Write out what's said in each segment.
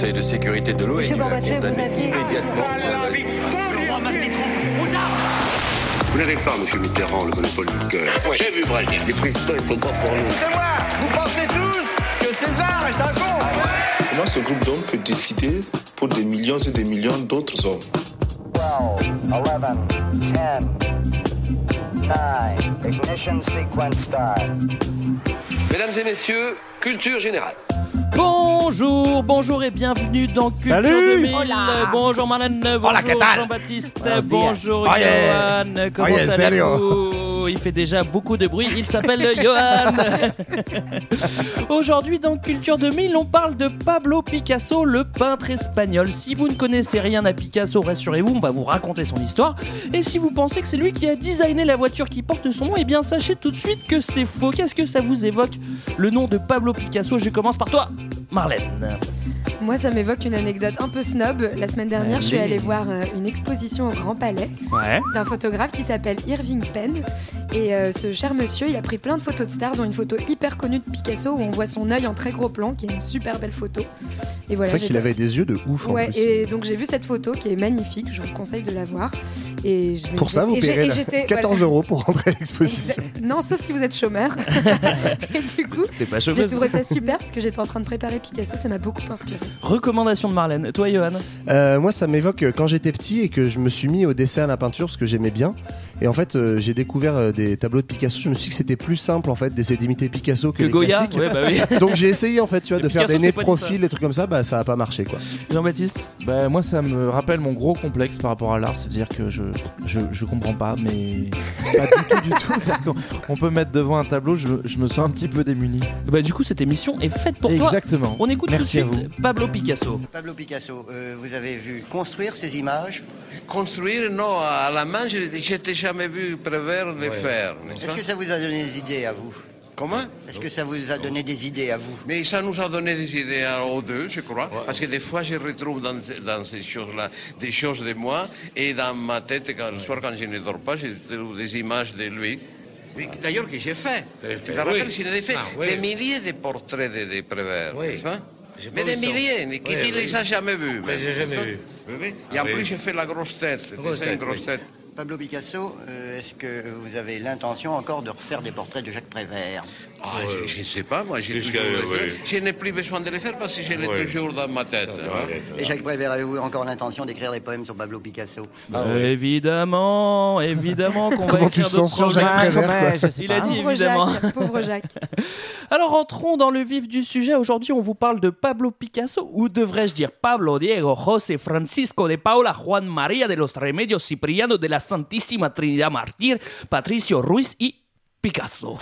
Conseil de sécurité de l'ONU a condamné immédiatement. Vous n'avez pas, M. Mitterrand, le monopole du cœur. Ouais, j'ai vu Brasier. Les présidents, ils sont pas pour nous. C'est moi. Vous pensez tous que César est un con? Comment ce groupe d'hommes peut décider pour des millions et des millions d'autres hommes? 12, 11, 10, 9, ignition sequence start. Mesdames et messieurs, culture générale. Bonjour et bienvenue dans Culture 2000. Bonjour Marlène, bonjour Jean-Baptiste, bonjour Johan. Comment allez-vous? Il fait déjà beaucoup de bruit, il s'appelle Johan. Aujourd'hui dans Culture 2000, on parle de Pablo Picasso, le peintre espagnol. Si vous ne connaissez rien à Picasso, rassurez-vous, on va vous raconter son histoire. Et si vous pensez que c'est lui qui a designé la voiture qui porte son nom, eh bien sachez tout de suite que c'est faux. Qu'est-ce que ça vous évoque, le nom de Pablo Picasso? Je commence par toi, Marlène. Moi, ça m'évoque une anecdote un peu snob. La semaine dernière, je suis allée voir une exposition au Grand Palais d'un photographe qui s'appelle Irving Penn. Et ce cher monsieur, il a pris plein de photos de stars, dont une photo hyper connue de Picasso où on voit son œil en très gros plan, qui est une super belle photo. Et voilà, c'est vrai qu'il avait des yeux de ouf. Ouais, en plus. Et donc j'ai vu cette photo qui est magnifique. Je vous conseille de la voir. Et je pour ça, vous paierez 14 € pour rentrer à l'exposition. Non, sauf si vous êtes chômeur. Et du coup, j'ai trouvé ça super parce que j'étais en train de préparer Picasso. Ça m'a beaucoup inspiré. Recommandation de Marlène. Toi, Johan? Moi, ça m'évoque quand j'étais petit et que je me suis mis au dessin à la peinture parce que j'aimais bien. Et en fait, j'ai découvert des tableaux de Picasso. Je me suis dit que c'était plus simple en fait d'essayer d'imiter Picasso que les Goya. classiques. Ouais, bah oui. Donc j'ai essayé en fait, tu vois, de faire Picasso, des nez de profil, des trucs comme ça. Bah ça a pas marché quoi. Jean-Baptiste? Bah moi, ça me rappelle mon gros complexe par rapport à l'art, c'est-à-dire que je comprends pas, mais pas du tout. C'est-à-dire qu'on peut mettre devant un tableau, je me sens un petit peu démuni. Bah du coup, cette émission est faite pour toi. Exactement. On écoute Merci tout de suite Pablo Picasso. Pablo Picasso, vous avez vu construire ces images? Construire, non, à la main, je n'ai jamais vu Prévert les faire. Est-ce que ça vous a donné des idées à vous? Comment? Est-ce que ça vous a donné des idées à vous? Mais ça nous a donné des idées aux deux, je crois. Parce que des fois, je retrouve dans ces choses-là des choses de moi. Et dans ma tête, le soir, quand je ne dors pas, je trouve des images de lui. D'ailleurs, que j'ai fait. Tu te rappelles, j'ai fait des milliers de portraits de Prévert, n'est-ce pas? Mais des milliers, qui ne les a jamais vus. Mais j'ai jamais vu. Et en plus, j'ai fait la grosse tête. C'est une grosse tête. Pablo Picasso, est-ce que vous avez l'intention encore de refaire des portraits de Jacques Prévert? Je ne sais pas, moi. Je n'ai plus besoin de les faire parce que je l'ai toujours dans ma tête. Et Jacques Prévert, avez-vous encore l'intention d'écrire des poèmes sur Pablo Picasso? Évidemment qu'on va écrire. Comment tu te sens sur Jacques Prévert? Il a dit évidemment. Pauvre Jacques. Alors entrons dans le vif du sujet. Aujourd'hui, on vous parle de Pablo Picasso, ou devrais-je dire Pablo Diego José Francisco de Paula Juan María de los Remedios Cipriano de la Santísima Trinidad Martyr, Patricio Ruiz y Picasso.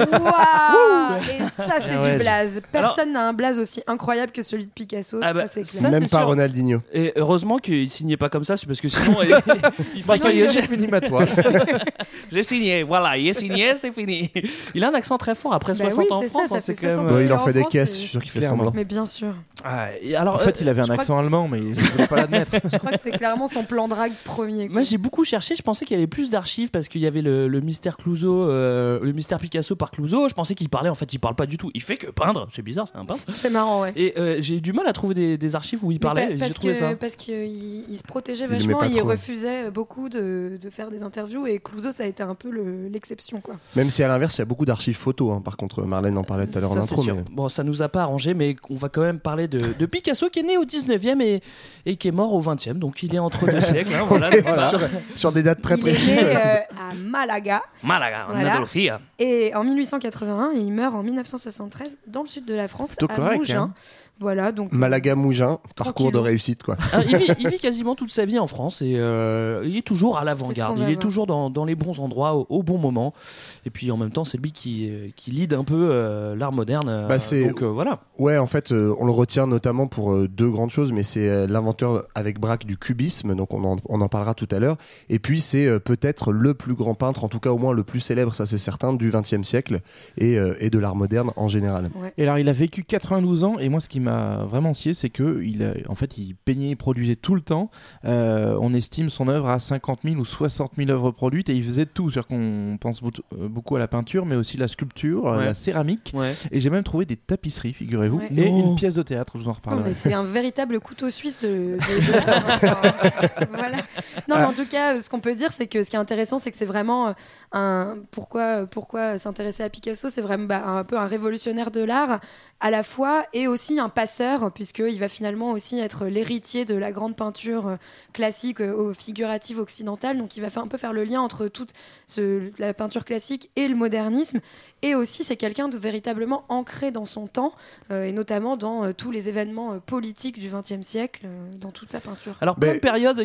Waouh! Et ça, c'est du blaze. Personne n'a un blaze aussi incroyable que celui de Picasso. Ça, c'est clair. Même pas Ronaldinho. Et heureusement qu'il signait pas comme ça, c'est parce que sinon. Ça y est, j'ai fini ma toile. J'ai signé, voilà, il est signé, c'est fini. Il a un accent très fort après 60 ans en France. Ça fait 60 ans. Il en fait des caisses, je suis sûr qu'il fait semblant. Mais bien sûr. Alors, en fait, il avait un accent allemand, mais je ne voulais pas l'admettre. Je crois que c'est clairement son plan drague premier. Moi, j'ai beaucoup cherché. Je pensais qu'il y avait plus d'archives parce qu'il y avait le mystère Clouseau. Le mystère Picasso par Clouseau, je pensais qu'il parlait, en fait il parle pas du tout, il fait que peindre, c'est bizarre, c'est un peintre. C'est marrant, ouais. Et j'ai eu du mal à trouver des archives où il parlait, j'ai trouvé ça. Parce qu'il se protégeait vachement, il refusait beaucoup de faire des interviews, et Clouseau ça a été un peu l'exception quoi. Même si à l'inverse il y a beaucoup d'archives photos, hein. Par contre Marlène en parlait tout à l'heure en intro. Mais... Bon, ça nous a pas arrangé, mais on va quand même parler de Picasso qui est né au 19e et qui est mort au 20e, donc il est entre deux siècles. Hein, voilà. Sur des dates très précises. Il est né à Malaga, en Andalusia. Et en 1881, et il meurt en 1973 dans le sud de la France, plutôt à correct, Mougins. Hein. Voilà, donc Malaga-Mougins, parcours de réussite quoi. Il vit quasiment toute sa vie en France et il est toujours à l'avant-garde, il est toujours dans les bons endroits au bon moment. Et puis en même temps, c'est lui qui lead un peu l'art moderne. Donc voilà. Ouais, en fait, on le retient notamment pour deux grandes choses, mais c'est l'inventeur avec Braque du cubisme, donc on en parlera tout à l'heure. Et puis c'est peut-être le plus grand peintre, en tout cas au moins le plus célèbre, ça c'est certain, du XXe siècle et de l'art moderne. modernes en général. Ouais. Et alors, il a vécu 92 ans, et moi, ce qui m'a vraiment scié, c'est qu'il il peignait et produisait tout le temps. On estime son œuvre à 50 000 ou 60 000 œuvres produites, et il faisait tout. C'est-à-dire qu'on pense beaucoup à la peinture, mais aussi la sculpture, la céramique. Ouais. Et j'ai même trouvé des tapisseries, figurez-vous, et une pièce de théâtre, je vous en reparlerai. Mais c'est un véritable couteau suisse de voilà. Non, mais en tout cas, ce qu'on peut dire, c'est que ce qui est intéressant, c'est que c'est vraiment pourquoi s'intéresser à Picasso, c'est vraiment un peu un révolutionnaire de l'art à la fois, et aussi un passeur, puisqu'il va finalement aussi être l'héritier de la grande peinture classique figurative occidentale. Donc il va un peu faire le lien entre toute la peinture classique et le modernisme. Et aussi, c'est quelqu'un de véritablement ancré dans son temps, et notamment dans tous les événements politiques du XXe siècle, dans toute sa peinture. Alors, plein de périodes,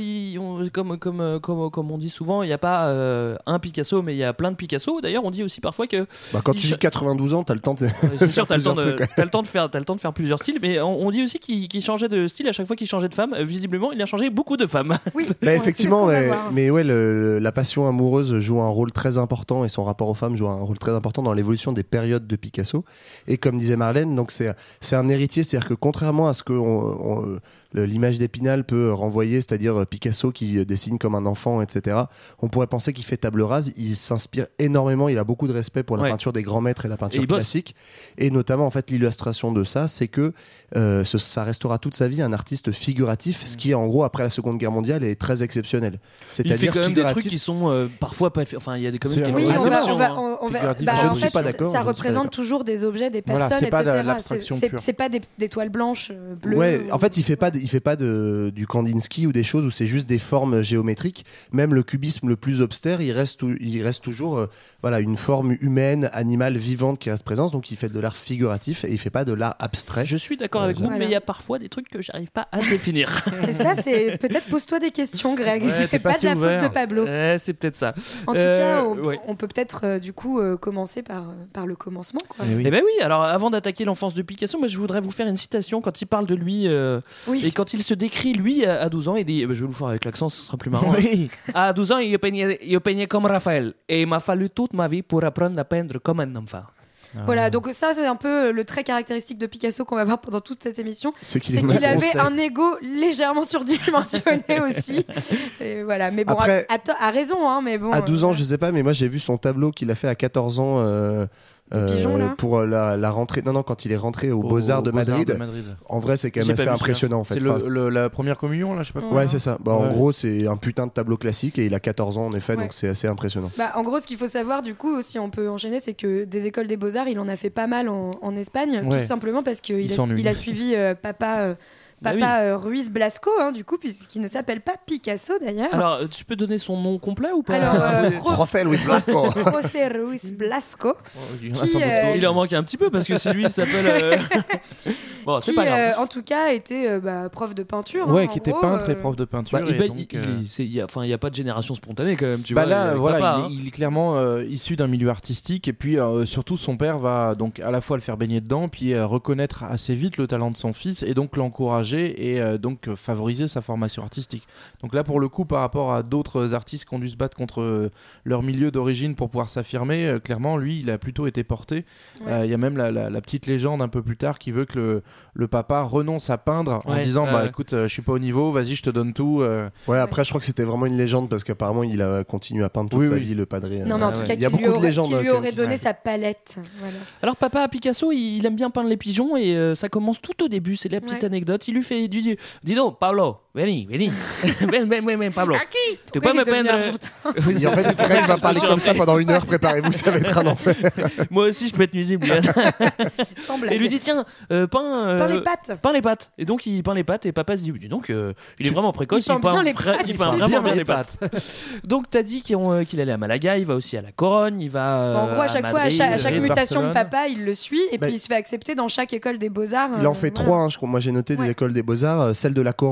comme on dit souvent, il n'y a pas un Picasso, mais il y a plein de Picasso. D'ailleurs, on dit aussi parfois que... quand tu dis 92 ans, t'as le temps de... c'est sûr, t'as le temps de faire plusieurs styles, mais on dit aussi qu'il changeait de style à chaque fois qu'il changeait de femme. Visiblement, il a changé beaucoup de femmes. Oui, effectivement, mais la passion amoureuse joue un rôle très important, et son rapport aux femmes joue un rôle très important dans l'évolution des périodes de Picasso. Et comme disait Marlène, donc c'est un héritier, c'est-à-dire que contrairement à ce que l'image d'Épinal peut renvoyer, c'est-à-dire Picasso qui dessine comme un enfant, etc., on pourrait penser qu'il fait table rase. Il s'inspire énormément, il a beaucoup de respect pour la peinture des grands maîtres et la peinture classique, et notamment en fait l'illustration de ça, c'est que ça restera toute sa vie un artiste figuratif, ce qui en gros après la Seconde Guerre mondiale est très exceptionnel. C'est-à-dire il fait quand même des trucs qui sont parfois pas, enfin il y a quand même quelques exceptions. Je ne suis pas d'accord. Ça représente toujours des objets, des personnes, etc. C'est pas des toiles blanches, bleues. Ouais, en fait, il fait pas du Kandinsky ou des choses où c'est juste des formes géométriques. Même le cubisme le plus austère, il reste toujours une forme humaine, animale, vivante qui reste présente. Donc il fait de l'art figuratif et il fait pas de l'art abstrait. Je suis d'accord avec vous, mais il y a parfois des trucs que j'arrive pas à définir. Et ça, c'est peut-être pose-toi des questions, Greg. C'est pas de la faute de Pablo. C'est peut-être ça. En tout cas, on peut peut-être du coup commencer par le commencement, quoi. Eh ben oui. Alors avant d'attaquer l'enfance de Picasso, moi je voudrais vous faire une citation quand il parle de lui et quand il se décrit lui à 12 ans. Il dit, je vais vous le faire avec l'accent, ce sera plus marrant. À 12 ans, il peignait comme Raphaël et il m'a fallu toute ma vie pour apprendre à peindre comme un enfant. Voilà, donc ça c'est un peu le trait caractéristique de Picasso qu'on va voir pendant toute cette émission. C'est qu'il avait un ego légèrement surdimensionné aussi. Et voilà, mais bon, après, a raison, hein, mais bon. À 12 ans, je sais pas, mais moi j'ai vu son tableau qu'il a fait à 14 ans. Pour la rentrée, quand il est rentré aux Beaux-Arts de Madrid. En vrai, c'est quand même assez impressionnant. En fait. C'est la première communion, là, je sais pas quoi. Ouais, c'est ça. En gros, c'est un putain de tableau classique et il a 14 ans en effet, donc c'est assez impressionnant. En gros, ce qu'il faut savoir, du coup, si on peut enchaîner, c'est que des écoles des Beaux-Arts, il en a fait pas mal en Espagne, tout simplement parce qu'il a suivi Papa Ruiz Blasco, du coup, puisqu'il ne s'appelle pas Picasso d'ailleurs. Alors, tu peux donner son nom complet ou pas? José Luis Blasco. José Ruiz Blasco. Il en manque un petit peu parce que c'est lui qui s'appelle. Bon, c'est pas grave. En tout cas, était prof de peinture. Qui était peintre et prof de peinture. Il n'y a pas de génération spontanée quand même. Tu vois, là, voilà, il est clairement issu d'un milieu artistique et puis surtout son père va donc à la fois le faire baigner dedans, puis reconnaître assez vite le talent de son fils et donc l'encourager et donc favoriser sa formation artistique. Donc là, pour le coup, par rapport à d'autres artistes qui ont dû se battre contre leur milieu d'origine pour pouvoir s'affirmer, clairement, lui, il a plutôt été porté. Il y a même la petite légende un peu plus tard qui veut que le papa renonce à peindre en disant écoute, je suis pas au niveau, vas-y, je te donne tout. Après, je crois que c'était vraiment une légende parce qu'apparemment, il a continué à peindre toute sa vie, le padré. Non, mais en tout cas, il y a beaucoup de légendes qui lui aurait donné sa palette. Voilà. Alors, papa Picasso, il aime bien peindre les pigeons et ça commence tout au début. C'est la petite anecdote. Il lui fait dis donc, Pablo, veni, ven, Pablo. Tu peux me peindre. Et en fait, Greg va parler comme ça pendant 1 heure. Préparez-vous, ça va être un enfer. Moi aussi, je peux être nuisible. Et lui dit tiens, peins les pattes. Et donc il peint les pattes et papa se dit dis donc, il est vraiment précoce. Il peint vraiment bien les pattes. Donc t'as dit qu'il allait à Malaga, il va aussi à la Corogne, il va. En gros, à chaque fois, à chaque mutation de papa, il le suit et puis il se fait accepter dans chaque école des Beaux-Arts. Il en fait 3, je crois. Moi, j'ai noté des écoles des Beaux-Arts. Celle de la Corogne, effectivement,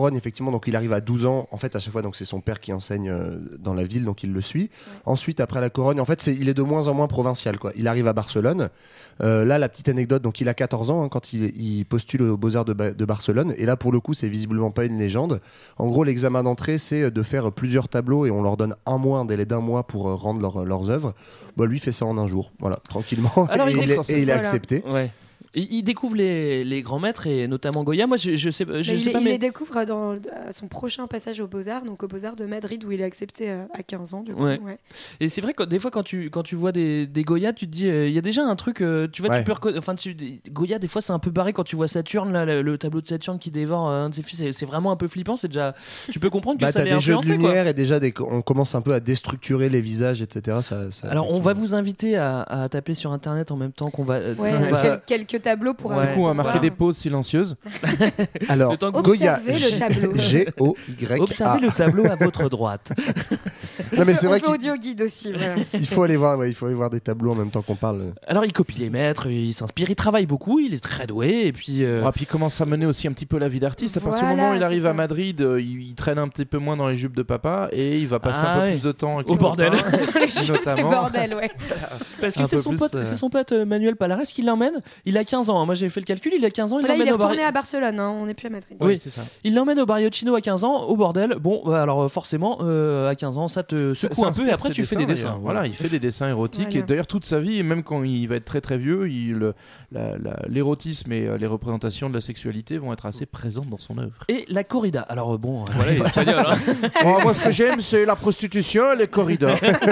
graduellement, donc il arrive à 12 ans. En fait, à chaque fois, donc c'est son père qui enseigne dans la ville, donc il le suit. Ensuite, après la Corogne, en fait, il est de moins en moins provincial, quoi. Il arrive à Barcelone. Là, la petite anecdote, donc il a 14 ans quand il postule aux Beaux-Arts de Barcelone. Et là, pour le coup, c'est visiblement pas une légende. En gros, l'examen d'entrée, c'est de faire plusieurs tableaux et on leur donne un délai d'un mois pour rendre leurs œuvres. Bon, lui fait ça en un jour, voilà, tranquillement. Alors, il est accepté. Ouais. Il découvre les grands maîtres et notamment Goya. Moi, je sais pas. Il les découvre dans son prochain passage aux Beaux-Arts, donc aux Beaux-Arts de Madrid, où il est accepté à 15 ans. Du coup, ouais. Et c'est vrai que des fois, quand tu vois des Goya, tu te dis, il y a déjà un truc. Tu vois, Goya, des fois, c'est un peu barré quand tu vois Saturne, là, le tableau de Saturne qui dévore un de ses fils. C'est vraiment un peu flippant. C'est déjà. Tu peux comprendre que ça l'est influencé. T'as des jeux de lumière et déjà on commence un peu à déstructurer les visages, etc. Alors, on va vous inviter à taper sur Internet en même temps qu'on va. C'est quelques tableaux pour. On va marquer des pauses silencieuses. Alors, Goya, le tableau. G-O-Y-A. Observez le tableau à votre droite. Non, mais c'est vrai qu'il audio guide aussi. Voilà. Il faut aller voir des tableaux en même temps qu'on parle. Alors, il copie les maîtres, il s'inspire, il travaille beaucoup, il est très doué. Et puis, puis il commence à mener aussi un petit peu la vie d'artiste. À partir du moment où il arrive à Madrid, il traîne un petit peu moins dans les jupes de papa et il va passer un peu plus de temps au bordel. Dans les jupes de bordel, ouais. Parce que c'est son pote Manuel Palares qui l'emmène. Il a 15 ans. Moi, j'ai fait le calcul, il a 15 ans. Il est retourné à Barcelone, on n'est plus à Madrid. Oui, c'est ça. Il l'emmène au Barrio Chino à 15 ans, au bordel. Bon, alors forcément, à 15 ans, ça te secoue un peu et après tu fais des dessins. Voilà, il fait des dessins érotiques. Et d'ailleurs, toute sa vie, et même quand il va être très très vieux, l'érotisme et les représentations de la sexualité vont être assez présentes dans son œuvre. Et la corrida. Alors bon, voilà, les Espagnols. Moi, ce que j'aime, c'est la prostitution et les corridas.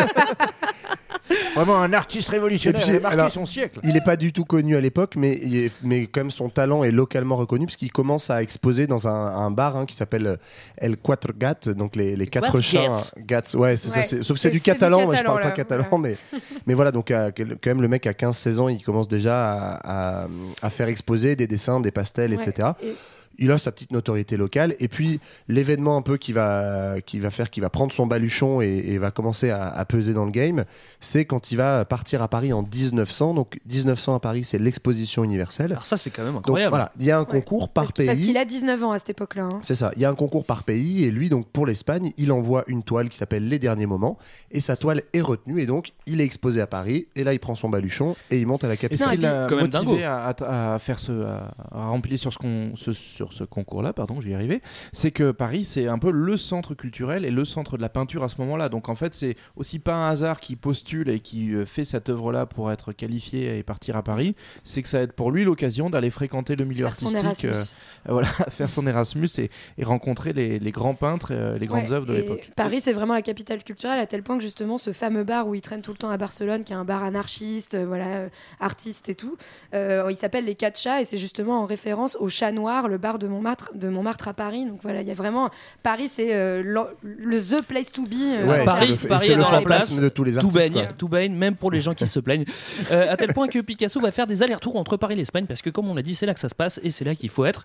Vraiment un artiste révolutionnaire, il a marqué son siècle. Il n'est pas du tout connu à l'époque, mais quand même son talent est localement reconnu parce qu'il commence à exposer dans un bar qui s'appelle El Quatre Gats, donc les quatre chats. Gats, ouais, c'est ça. Sauf que c'est du catalan, moi je parle pas catalan, mais voilà, donc quand même le mec à 15-16 ans, il commence déjà à faire exposer des dessins, des pastels, etc. Il a sa petite notoriété locale et puis l'événement un peu qui va prendre son baluchon et va commencer à peser dans le game, c'est quand il va partir à Paris en 1900. Donc 1900 à Paris, c'est l'exposition universelle. Alors ça, c'est quand même incroyable. Donc voilà, il y a un concours par pays. Parce qu'il a 19 ans à cette époque-là. C'est ça, il y a un concours par pays et lui, donc pour l'Espagne, il envoie une toile qui s'appelle Les Derniers Moments et sa toile est retenue et donc il est exposé à Paris et là il prend son baluchon et il monte à la capitale. Est-ce qu'il a motivé à remplir sur ce concours-là, je vais y arriver, c'est que Paris, c'est un peu le centre culturel et le centre de la peinture à ce moment-là. Donc en fait, c'est aussi pas un hasard qui postule et qui fait cette œuvre-là pour être qualifié et partir à Paris, c'est que ça va être pour lui l'occasion d'aller fréquenter le milieu artistique, faire son Erasmus et rencontrer les grands peintres, les grandes œuvres de l'époque. Paris, c'est vraiment la capitale culturelle à tel point que justement ce fameux bar où il traîne tout le temps à Barcelone, qui est un bar anarchiste, artiste et tout, il s'appelle les Quatre Chats et c'est justement en référence au Chat Noir, le bar de Montmartre à Paris. Donc voilà, il y a vraiment Paris, c'est the place to be. Paris est dans la place de tous les artistes. Tout baigne, même pour les gens qui se plaignent. À tel point que Picasso va faire des allers-retours entre Paris et l'Espagne parce que comme on l'a dit, c'est là que ça se passe et c'est là qu'il faut être.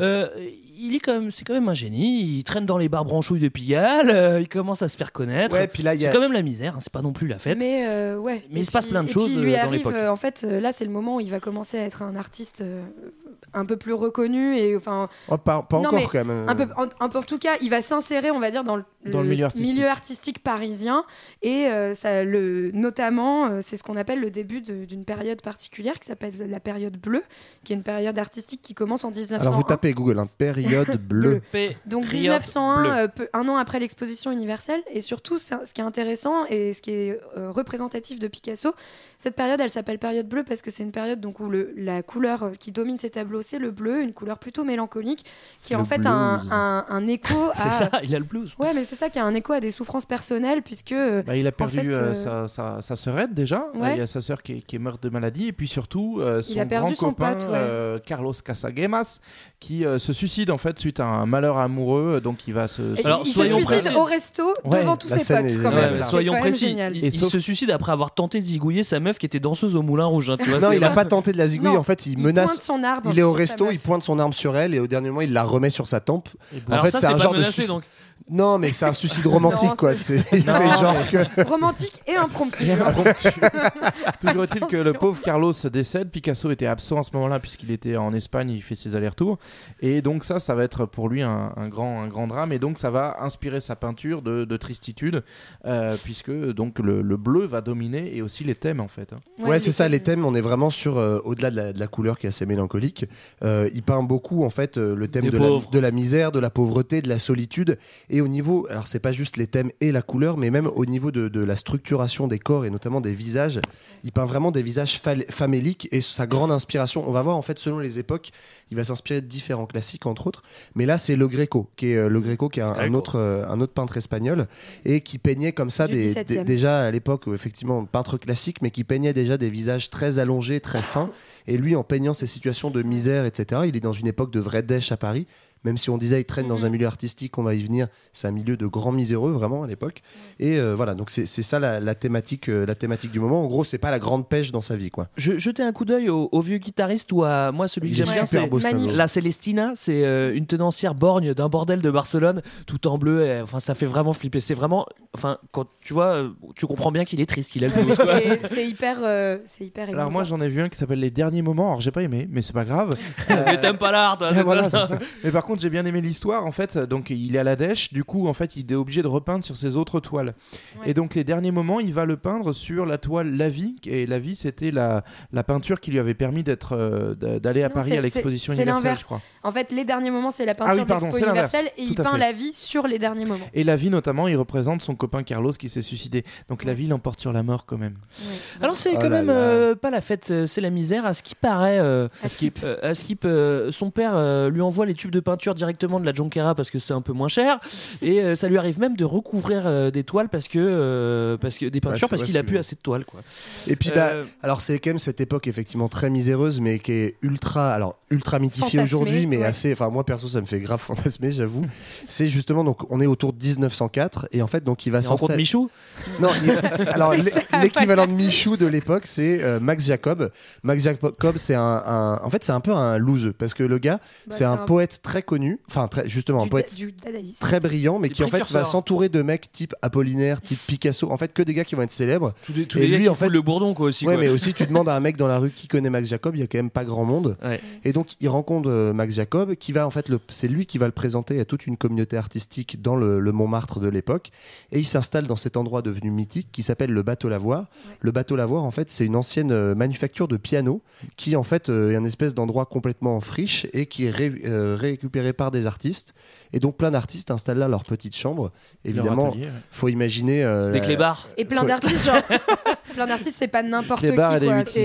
C'est quand même un génie. Il traîne dans les bars branchouilles de Pigalle. Il commence à se faire connaître. Puis là, c'est quand même la misère. C'est pas non plus la fête. Mais il se passe plein de choses dans l'époque. En fait, là, c'est le moment où il va commencer à être un artiste un peu plus reconnu et enfin. Pas encore quand même. En tout cas, il va s'insérer, on va dire, dans le milieu artistique parisien et notamment, c'est ce qu'on appelle le début d'une période particulière qui s'appelle la période bleue, qui est une période artistique qui commence en 1901. Alors vous tapez Google, période bleue. Donc 1901, un an après l'exposition universelle, et surtout, ce qui est intéressant et ce qui est représentatif de Picasso, cette période, elle s'appelle période bleue parce que c'est une période donc où la couleur qui domine ses tableaux, c'est le bleu, une couleur plutôt mélancolique, qui est en fait un écho à... C'est ça, il a le blues. Ouais, mais c'est ça, qui a un écho à des souffrances personnelles, puisque... il a perdu sa sœurette déjà, il y a sa sœur qui est morte de maladie, et puis surtout son grand copain, Carlos Casagemas, qui se suicide en fait suite à un malheur amoureux, donc il va se... il se suicide au resto devant tous ses potes quand même. Soyons précis, il se suicide après avoir tenté de zigouiller sa meuf qui était danseuse au Moulin Rouge. Non, il a pas tenté de la zigouiller, en fait il menace... pointe son arme. Il est au resto, il pointe son arme sur elle et au dernier moment il la remet sur sa tempe. En fait, c'est un genre de Non, mais c'est un suicide romantique, quoi. Il fait genre que... Romantique et impromptu. Toujours est-il que le pauvre Carlos décède. Picasso était absent à ce moment-là puisqu'il était en Espagne, il fait ses allers-retours. Et donc ça va être pour lui un grand drame. Et donc ça va inspirer sa peinture de tristitude, puisque donc le bleu va dominer et aussi les thèmes en fait. Ouais, c'est ça, les thèmes. On est vraiment sur au-delà de la couleur qui est assez mélancolique. Il peint beaucoup en fait le thème de la misère, de la pauvreté, de la solitude. Et au niveau, alors c'est pas juste les thèmes et la couleur, mais même au niveau de la structuration des corps et notamment des visages, il peint vraiment des visages faméliques et sa grande inspiration, on va voir en fait selon les époques, il va s'inspirer de différents classiques entre autres, mais là c'est le Greco qui est un autre peintre espagnol et qui peignait comme ça déjà à l'époque effectivement peintre classique, mais qui peignait déjà des visages très allongés, très fins, et lui en peignant ces situations de misère, etc., il est dans une époque de vraie dèche à Paris. Même si on disait il traîne dans un milieu artistique, on va y venir, c'est un milieu de grands miséreux vraiment à l'époque. Et voilà, donc c'est ça la thématique du moment. En gros, c'est pas la grande pêche dans sa vie, quoi. Jetez un coup d'œil au vieux guitariste ou à moi celui que j'aime bien, c'est la Celestina. C'est une tenancière borgne d'un bordel de Barcelone, tout en bleu. Enfin, ça fait vraiment flipper. C'est vraiment, enfin, quand tu vois, tu comprends bien qu'il est triste, qu'il a le blues. C'est hyper. Alors moi, j'en ai vu un qui s'appelle Les Derniers Moments. Alors j'ai pas aimé, mais c'est pas grave. Mais t'aimes pas l'art, toi. Voilà, c'est ça. Mais par contre, j'ai bien aimé l'histoire en fait. Donc il est à la dèche, du coup en fait il est obligé de repeindre sur ses autres toiles. Et donc Les Derniers Moments, il va le peindre sur la toile La Vie, et La Vie c'était la peinture qui lui avait permis d'aller à Paris à l'exposition universelle, je crois. En fait, Les Derniers Moments, c'est la peinture de l'expo universelle, et il peint La Vie sur Les Derniers Moments. Et La Vie notamment, il représente son copain Carlos qui s'est suicidé. Donc La Vie l'emporte sur la mort quand même. Alors c'est quand même pas la fête, c'est la misère. À ce qui paraît, son père lui envoie les tubes de peinture directement de la Jonquera parce que c'est un peu moins cher, et ça lui arrive même de recouvrir des toiles parce que des peintures parce qu'il a plus assez de toiles, quoi. Et puis alors c'est quand même cette époque effectivement très miséreuse, mais qui est ultra mythifiée aujourd'hui, mais assez, enfin moi perso ça me fait grave fantasmer, j'avoue. C'est justement, donc on est autour de 1904 et en fait donc il va s'installer. Michou. Non, alors l'équivalent de Michou de l'époque c'est Max Jacob. Max Jacob c'est en fait c'est un peu un loose parce que le gars c'est un poète très connu, enfin justement un poète très brillant, mais qui en fait va s'entourer de mecs type Apollinaire, type Picasso, en fait que des gars qui vont être célèbres. Tous les gars qui foutent le bourdon, quoi, aussi. Ouais, quoi. mais aussi tu demandes à un mec dans la rue qui connaît Max Jacob, il y a quand même pas grand monde. Ouais. Et donc il rencontre Max Jacob qui va en fait c'est lui qui va le présenter à toute une communauté artistique dans le Montmartre de l'époque, et il s'installe dans cet endroit devenu mythique qui s'appelle le Bateau Lavoir. Le Bateau Lavoir en fait c'est une ancienne manufacture de piano qui en fait est un espèce d'endroit complètement en friche et qui est récupéré par des artistes, et donc plein d'artistes installent là leur petite chambre. Évidemment, faut imaginer des clébards et plein d'artistes, genre plein d'artistes, c'est pas n'importe qui, quoi.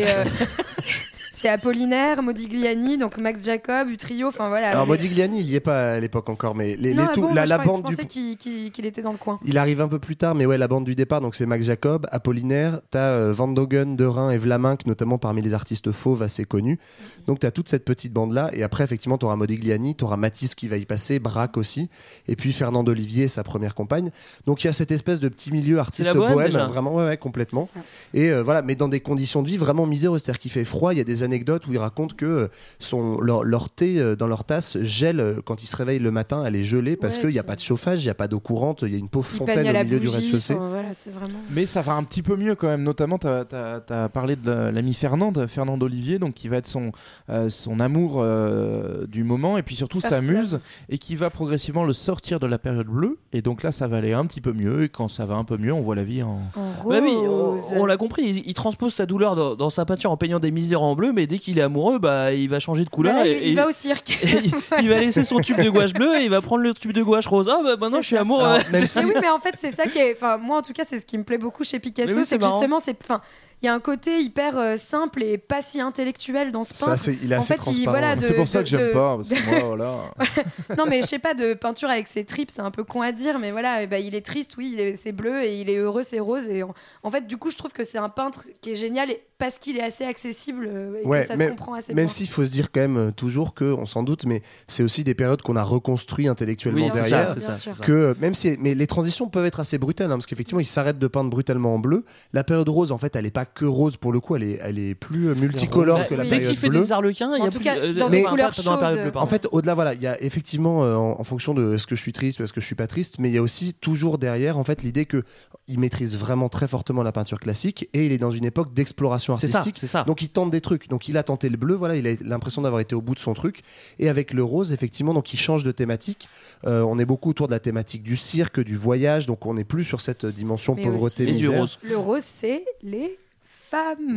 C'est Apollinaire, Modigliani, donc Max Jacob, Utrillo, enfin voilà. Alors Modigliani, il y est pas à l'époque encore, mais la bande du. Je pensais qu'il était dans le coin. Il arrive un peu plus tard, mais ouais, la bande du départ, donc c'est Max Jacob, Apollinaire, t'as Van Dogen, Derain et Vlaminck, notamment parmi les artistes fauves assez connus. Donc t'as toute cette petite bande là, et après effectivement t'auras Modigliani, t'auras Matisse qui va y passer, Braque aussi, et puis Fernand d'Olivier, sa première compagne. Donc il y a cette espèce de petit milieu artiste bohème, vraiment, ouais, complètement. Et voilà, mais dans des conditions de vie vraiment miséreuses, c'est-à-dire qu'il fait froid. Il y a des anecdotes où il raconte que leur thé dans leur tasse gèle quand ils se réveillent le matin, elle est gelée parce qu'il n'y a pas de chauffage, il n'y a pas d'eau courante, il y a une pauvre fontaine au milieu du rez-de-chaussée. Voilà, vraiment... Mais ça va un petit peu mieux quand même, notamment tu as parlé de l'ami Fernand d'Olivier, donc qui va être son amour du moment, et puis surtout sa muse, et qui va progressivement le sortir de la période bleue, et donc là ça va aller un petit peu mieux, et quand ça va un peu mieux on voit la vie en rose. Bah oui, on l'a compris, il transpose sa douleur dans sa peinture en peignant des misères en bleu, mais dès qu'il est amoureux, bah, il va changer de couleur. Bah là, il va au cirque. Il va laisser son tube de gouache bleu et il va prendre le tube de gouache rose. Ah bah maintenant je suis amoureux. Oui, mais en fait c'est ça qui est, enfin moi en tout cas c'est ce qui me plaît beaucoup chez Picasso, oui, c'est que justement il y a un côté hyper simple et pas si intellectuel dans ce peintre. Il est assez transparent. C'est pour ça que j'aime pas, parce que moi, voilà. Non, mais je sais pas, de peinture avec ses tripes, c'est un peu con à dire, mais voilà, il est triste, oui, c'est bleu, et il est heureux, c'est rose. Et en fait, du coup, je trouve que c'est un peintre qui est génial parce qu'il est assez accessible et que ça se comprend assez bien. Même s'il faut se dire quand même toujours qu'on s'en doute, mais c'est aussi des périodes qu'on a reconstruit intellectuellement derrière. C'est ça. Que même si, mais les transitions peuvent être assez brutales, parce qu'effectivement, il s'arrête de peindre brutalement en bleu. La période rose, en fait, elle est pas que rose pour le coup, elle est plus multicolore que la période bleue. Dès qu'il fait des arlequins, il y a plus dans des couleurs chaudes. En fait, au-delà, voilà, il y a effectivement en fonction de est-ce que je suis triste ou est-ce que je suis pas triste, mais il y a aussi toujours derrière en fait l'idée que il maîtrise vraiment très fortement la peinture classique et il est dans une époque d'exploration artistique. C'est ça. Donc il tente des trucs. Donc il a tenté le bleu, voilà, il a l'impression d'avoir été au bout de son truc. Et avec le rose, effectivement, donc il change de thématique. On est beaucoup autour de la thématique du cirque, du voyage, donc on n'est plus sur cette dimension pauvreté, misère. Le rose, c'est les femmes.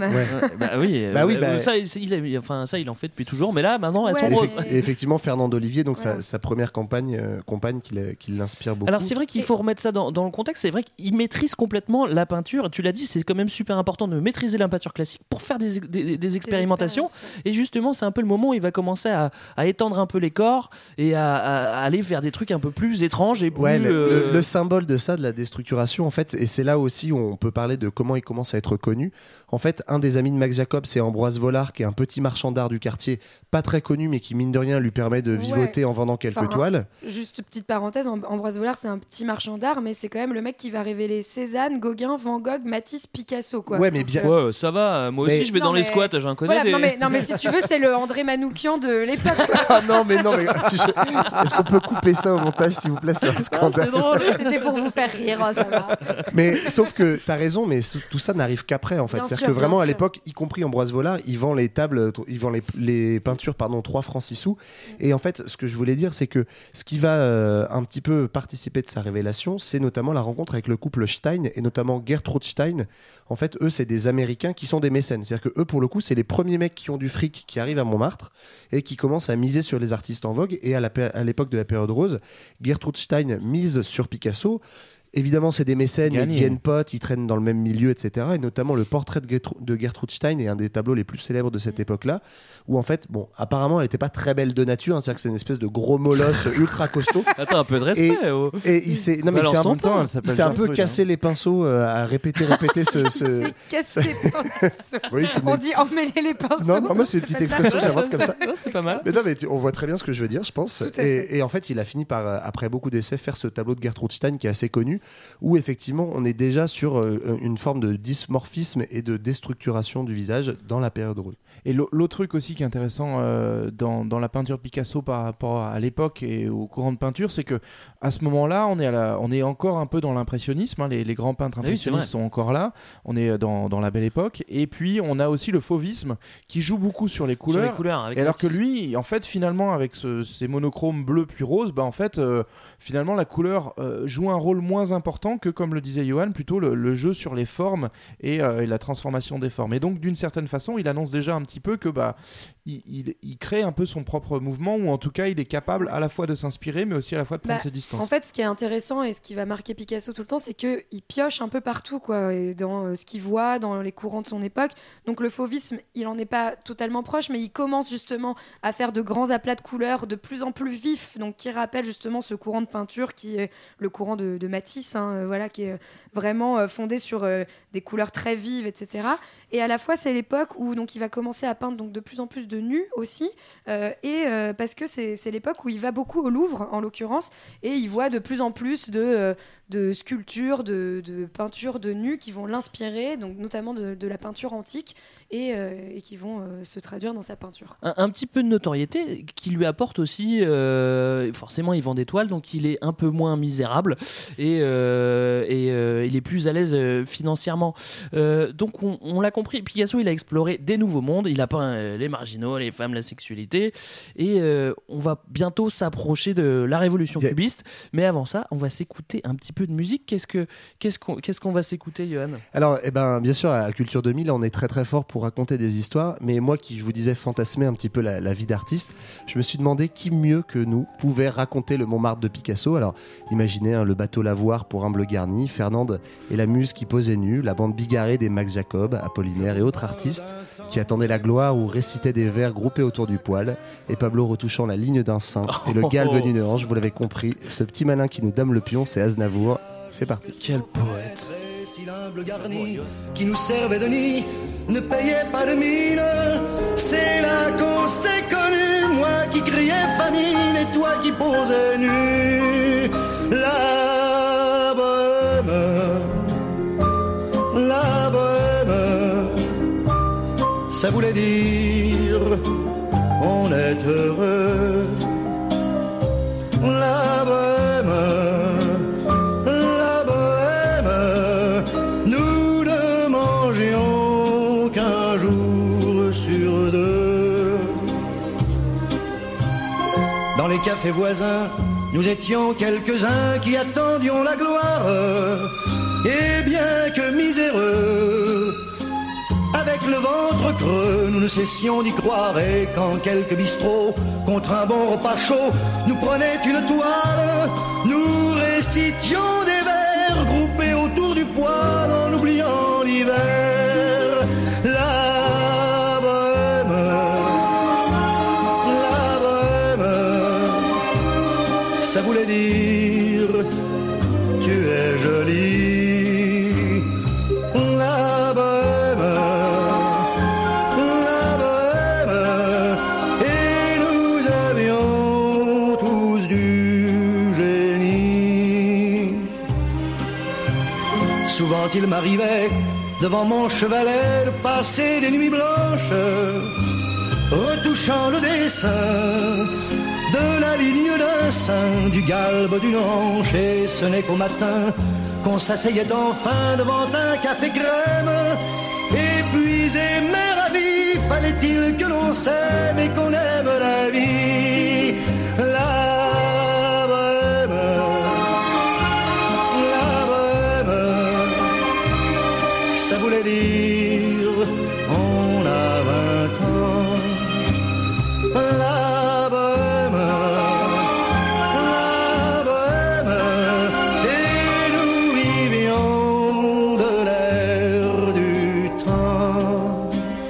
Ça, il en fait depuis toujours, mais là, maintenant, elles sont roses. Et effectivement, Fernand Olivier, donc sa première compagne qui l'inspire beaucoup. Alors, c'est vrai qu'il faut remettre ça dans le contexte. C'est vrai qu'il maîtrise complètement la peinture. Tu l'as dit, c'est quand même super important de maîtriser la peinture classique pour faire des expérimentations. Et justement, c'est un peu le moment où il va commencer à étendre un peu les corps et à aller vers des trucs un peu plus étranges et plus... le symbole de ça, de la déstructuration, en fait, et c'est là aussi où on peut parler de comment il commence à être connu. En fait, un des amis de Max Jacob, c'est Ambroise Vollard, qui est un petit marchand d'art du quartier, pas très connu, mais qui, mine de rien, lui permet de vivoter en vendant quelques toiles. Juste petite parenthèse, Ambroise Vollard, c'est un petit marchand d'art, mais c'est quand même le mec qui va révéler Cézanne, Gauguin, Van Gogh, Matisse, Picasso, quoi. Ouais, mais bien. Ouais, ça va. Moi aussi, je vais dans les squats, j'en connais des... Non, mais si tu veux, c'est le André Manoukian de l'époque. non, mais est-ce qu'on peut couper ça au montage, s'il vous plaît? C'est un scandale. C'est drôle. C'était pour vous faire rire, ça va. Mais sauf que t'as raison, mais tout ça n'arrive qu'après, en fait. C'est-à-dire que vraiment, à l'époque, y compris Ambroise Vollard, il vend les tables, il vend les peintures, 3 francs 6 sous. Et en fait, ce que je voulais dire, c'est que ce qui va un petit peu participer de sa révélation, c'est notamment la rencontre avec le couple Stein, et notamment Gertrude Stein. En fait, eux, c'est des Américains qui sont des mécènes. C'est-à-dire que eux, pour le coup, c'est les premiers mecs qui ont du fric qui arrivent à Montmartre et qui commencent à miser sur les artistes en vogue. Et à l'époque de la période rose, Gertrude Stein mise sur Picasso. Évidemment, c'est des mécènes, ils deviennent potes, ils traînent dans le même milieu, etc. Et notamment, le portrait de Gertrude Stein est un des tableaux les plus célèbres de cette époque-là, où en fait, apparemment, elle n'était pas très belle de nature, c'est-à-dire que c'est une espèce de gros molosse ultra costaud. Attends, un peu de respect. Et il s'est un peu cassé les pinceaux à répéter ce... C'est cassé les pinceaux. Oui, on dit emmêler les pinceaux. Non, moi, c'est une petite expression que j'invente comme ça. C'est pas mal. Mais non, mais on voit très bien ce que je veux dire, je pense. Et en fait, il a fini par, après beaucoup d'essais, faire ce tableau de Gertrude Stein qui est assez connu, où effectivement on est déjà sur une forme de dysmorphisme et de déstructuration du visage dans la période rose. Et l'autre truc aussi qui est intéressant dans la peinture de Picasso par rapport à l'époque et au courant de peinture, c'est que à ce moment-là, on est encore un peu dans l'impressionnisme, hein, les grands peintres impressionnistes sont encore là, on est dans la belle époque, et puis on a aussi le fauvisme qui joue beaucoup sur les couleurs, et alors que lui, en fait, finalement, avec ces monochromes bleu puis rose, en fait, finalement la couleur joue un rôle moins important que, comme le disait Johan, plutôt le jeu sur les formes et la transformation des formes. Et donc, d'une certaine façon, il annonce déjà un petit peu que il crée un peu son propre mouvement, ou en tout cas, il est capable à la fois de s'inspirer, mais aussi à la fois de prendre ses distances. En fait, ce qui est intéressant et ce qui va marquer Picasso tout le temps, c'est qu'il pioche un peu partout, quoi, et dans ce qu'il voit, dans les courants de son époque. Donc, le fauvisme, il en est pas totalement proche, mais il commence justement à faire de grands aplats de couleurs de plus en plus vifs, donc qui rappelle justement ce courant de peinture qui est le courant de Matisse, qui est vraiment fondé sur des couleurs très vives, etc. Et à la fois, c'est l'époque où donc, il va commencer à peindre donc, de plus en plus de nus aussi, parce que c'est l'époque où il va beaucoup au Louvre, en l'occurrence, et il voit de plus en plus de sculptures, de peintures de nus qui vont l'inspirer, donc notamment de la peinture antique, et qui vont se traduire dans sa peinture. Un petit peu de notoriété qui lui apporte aussi, forcément il vend des toiles, donc il est un peu moins misérable, et il est plus à l'aise financièrement. Donc on l'a compris, Picasso il a exploré des nouveaux mondes, il a peint les marginaux, les femmes, la sexualité, et on va bientôt s'approcher de la révolution cubiste, mais avant ça on va s'écouter un petit peu de musique. Qu'est-ce qu'on va s'écouter, Johan? Alors bien sûr, à Culture 2000 on est très très fort pour raconter des histoires, mais moi qui, je vous disais, fantasmer un petit peu la vie d'artiste, je me suis demandé qui mieux que nous pouvait raconter le Montmartre de Picasso. Alors imaginez le bateau lavoir pour humble garni, Fernande et la muse qui posait nue, la bande bigarrée des Max Jacob, Apollinaire et autres artistes qui attendaient la gloire ou récitaient des vers groupés autour du poêle, et Pablo retouchant la ligne d'un saint et le galbe d'une ange. Vous l'avez compris, ce petit malin qui nous dame le pion, c'est Aznavour. C'est parti. Quel poète. L'humble garni qui nous servait de nid ne payait pas de mine. C'est la cause, c'est connu. Moi qui criais famine et toi qui posais nu. La bohème, ça voulait dire on est heureux. La bohème, nous ne mangions qu'un jour sur deux. Dans les cafés voisins, nous étions quelques-uns qui attendions la gloire. Et bien que miséreux, avec le ventre creux, nous ne cessions d'y croire. Et quand quelques bistrots, contre un bon repas chaud, nous prenaient une toile, nous récitions des vers groupés autour du poêle en oubliant l'hiver. La bohème, ça voulait dire tu es jolie. Souvent il m'arrivait devant mon chevalet de passer des nuits blanches, retouchant le dessin de la ligne d'un sein, du galbe d'une hanche. Et ce n'est qu'au matin qu'on s'asseyait enfin devant un café crème. Épuisé mais ravi, fallait-il que l'on s'aime et qu'on aime la vie. La bohème, ça voulait dire on a 20 ans. La bohème, et nous vivions de l'air du temps.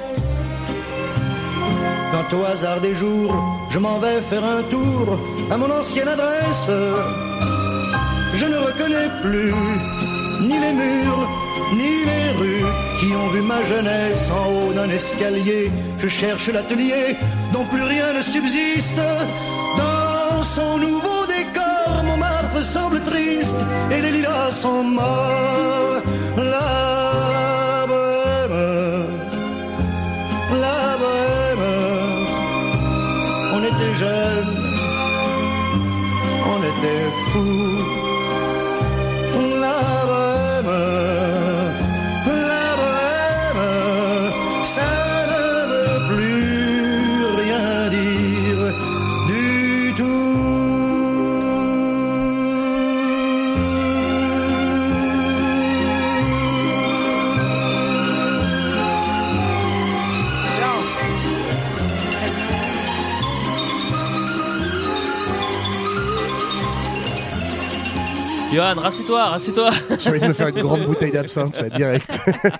Quand au hasard des jours, je m'en vais faire un tour à mon ancienne adresse, je ne reconnais plus ni les murs ni les rues qui ont vu ma jeunesse en haut d'un escalier. Je cherche l'atelier dont plus rien ne subsiste. Dans son nouveau décor, mon marbre semble triste et les lilas sont morts. La bohème, on était jeunes, on était fous. Johan, rassieds-toi. J'ai envie de me faire une grande bouteille d'absinthe, là, direct.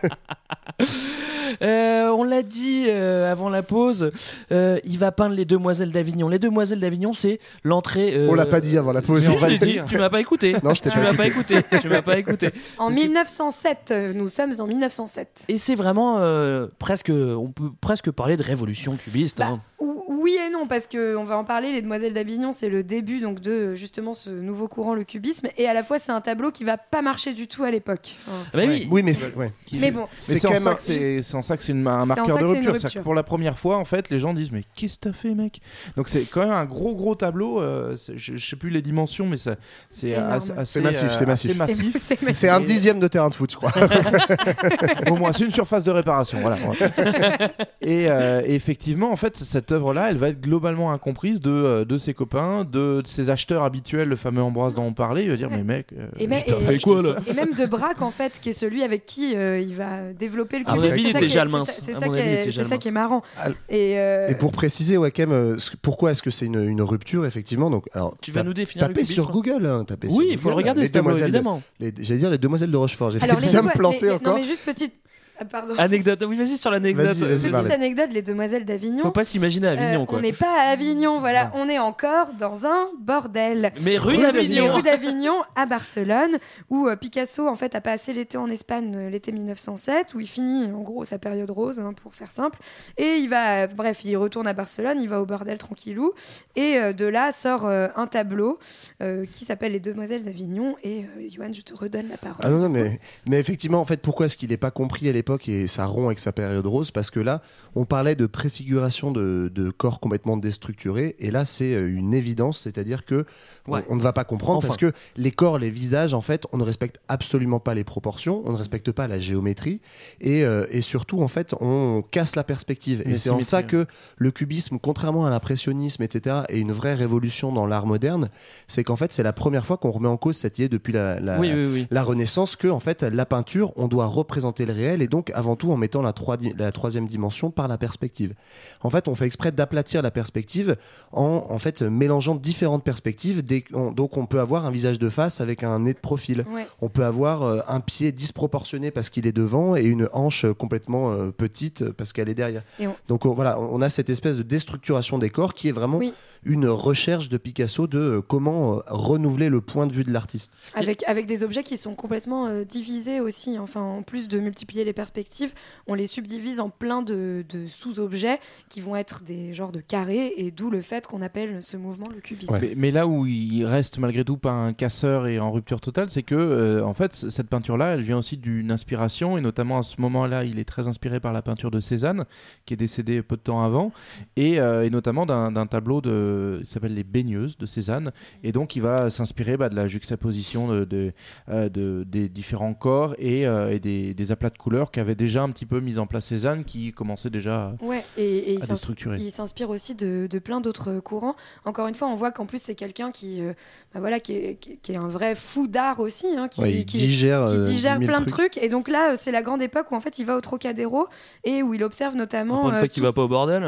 On l'a dit avant la pause, il va peindre les Demoiselles d'Avignon. Les Demoiselles d'Avignon, c'est l'entrée. On l'a pas dit avant la pause. Si, je l'ai dit. Tu m'as pas écouté. Non, je t'ai Tu m'as pas écouté. En 1907, nous sommes en 1907. Et c'est vraiment presque, on peut presque parler de révolution cubiste. Hein. Oui et non, parce qu'on va en parler. Les Demoiselles d'Avignon, c'est le début donc de justement ce nouveau courant, le cubisme, et à la fois c'est un tableau qui va pas marcher du tout à l'époque. Bah oui. Oui, mais c'est bon. C'est en ça que c'est un marqueur de rupture. C'est-à-dire que pour la première fois, en fait, les gens disent mais qu'est-ce que t'as fait, mec? Donc c'est quand même un gros tableau. Je sais plus les dimensions, mais c'est assez massif. C'est massif. C'est un dixième de terrain de foot, je crois. Au moins, c'est une surface de réparation. Voilà. Et effectivement, en fait, cette œuvre-là, elle va être globalement incomprise de ses copains, de ses acheteurs habituels, le fameux Ambroise dont on parlait. Il va dire mais mec, t'as fait quoi là? Et même de Braque, en fait, qui est celui avec qui il va développer le cubisme. À mon avis, il était Jalmin. C'est ça qui est marrant. Et pour préciser, Wakem, pourquoi est-ce que c'est une rupture, effectivement? Donc, alors, tu vas nous définir tapez le cubisme sur Google. Hein, oui, il faut le regarder, ce tableau, évidemment. J'allais dire les Demoiselles de Rochefort. J'ai Alors, bien me planter encore. Non, mais juste petite. Pardon. Anecdote, oui, vas-y sur l'anecdote. Vas-y, petite anecdote, les Demoiselles d'Avignon. Faut pas s'imaginer à Avignon, quoi. On n'est pas à Avignon, voilà, on est encore dans un bordel. Mais rue d'Avignon. Rue d'Avignon à Barcelone, où Picasso en fait a passé l'été en Espagne, l'été 1907, où il finit en gros sa période rose, hein, pour faire simple. Et il va, bref, il retourne à Barcelone, il va au bordel tranquillou, et de là sort un tableau qui s'appelle Les Demoiselles d'Avignon. Et Johan, je te redonne la parole. Ah non, mais effectivement, en fait, pourquoi est-ce qu'il n'est pas compris à l'époque? l'époque et ça rompt avec sa période rose parce que là, on parlait de préfiguration de corps complètement déstructurés et là, c'est une évidence, c'est-à-dire que on ne va pas comprendre parce que les corps, les visages, en fait, on ne respecte absolument pas les proportions, on ne respecte pas la géométrie et surtout, en fait, on casse la perspective. Et c'est en ça que le cubisme, contrairement à l'impressionnisme, etc., est une vraie révolution dans l'art moderne. C'est qu'en fait, c'est la première fois qu'on remet en cause cette idée depuis la Renaissance que, en fait, la peinture, on doit représenter le réel et donc, avant tout, en mettant la troisième dimension par la perspective. En fait, on fait exprès d'aplatir la perspective en fait, mélangeant différentes perspectives. Donc, on peut avoir un visage de face avec un nez de profil. Ouais. On peut avoir un pied disproportionné parce qu'il est devant et une hanche complètement petite parce qu'elle est derrière. Donc voilà, on a cette espèce de déstructuration des corps qui est vraiment une recherche de Picasso de comment renouveler le point de vue de l'artiste. Avec des objets qui sont complètement divisés aussi. Enfin, en plus de multiplier les perspectives, on les subdivise en plein de sous-objets qui vont être des genres de carrés et d'où le fait qu'on appelle ce mouvement le cubisme. Ouais. Mais là où il reste malgré tout pas un casseur et en rupture totale, c'est que en fait cette peinture-là, elle vient aussi d'une inspiration et notamment à ce moment-là, il est très inspiré par la peinture de Cézanne qui est décédé peu de temps avant et notamment d'un tableau qui s'appelle Les Baigneuses de Cézanne et donc il va s'inspirer de la juxtaposition des différents corps et des aplats de couleurs qu'avait déjà un petit peu mis en place Cézanne qui commençait déjà à déstructurer. Il s'inspire aussi de plein d'autres courants. Encore une fois, on voit qu'en plus c'est quelqu'un qui est un vrai fou d'art aussi, hein, qui digère plein de trucs. Et donc là, c'est la grande époque où en fait il va au Trocadéro et où il observe notamment. Pour une fois qu'il va pas au bordel.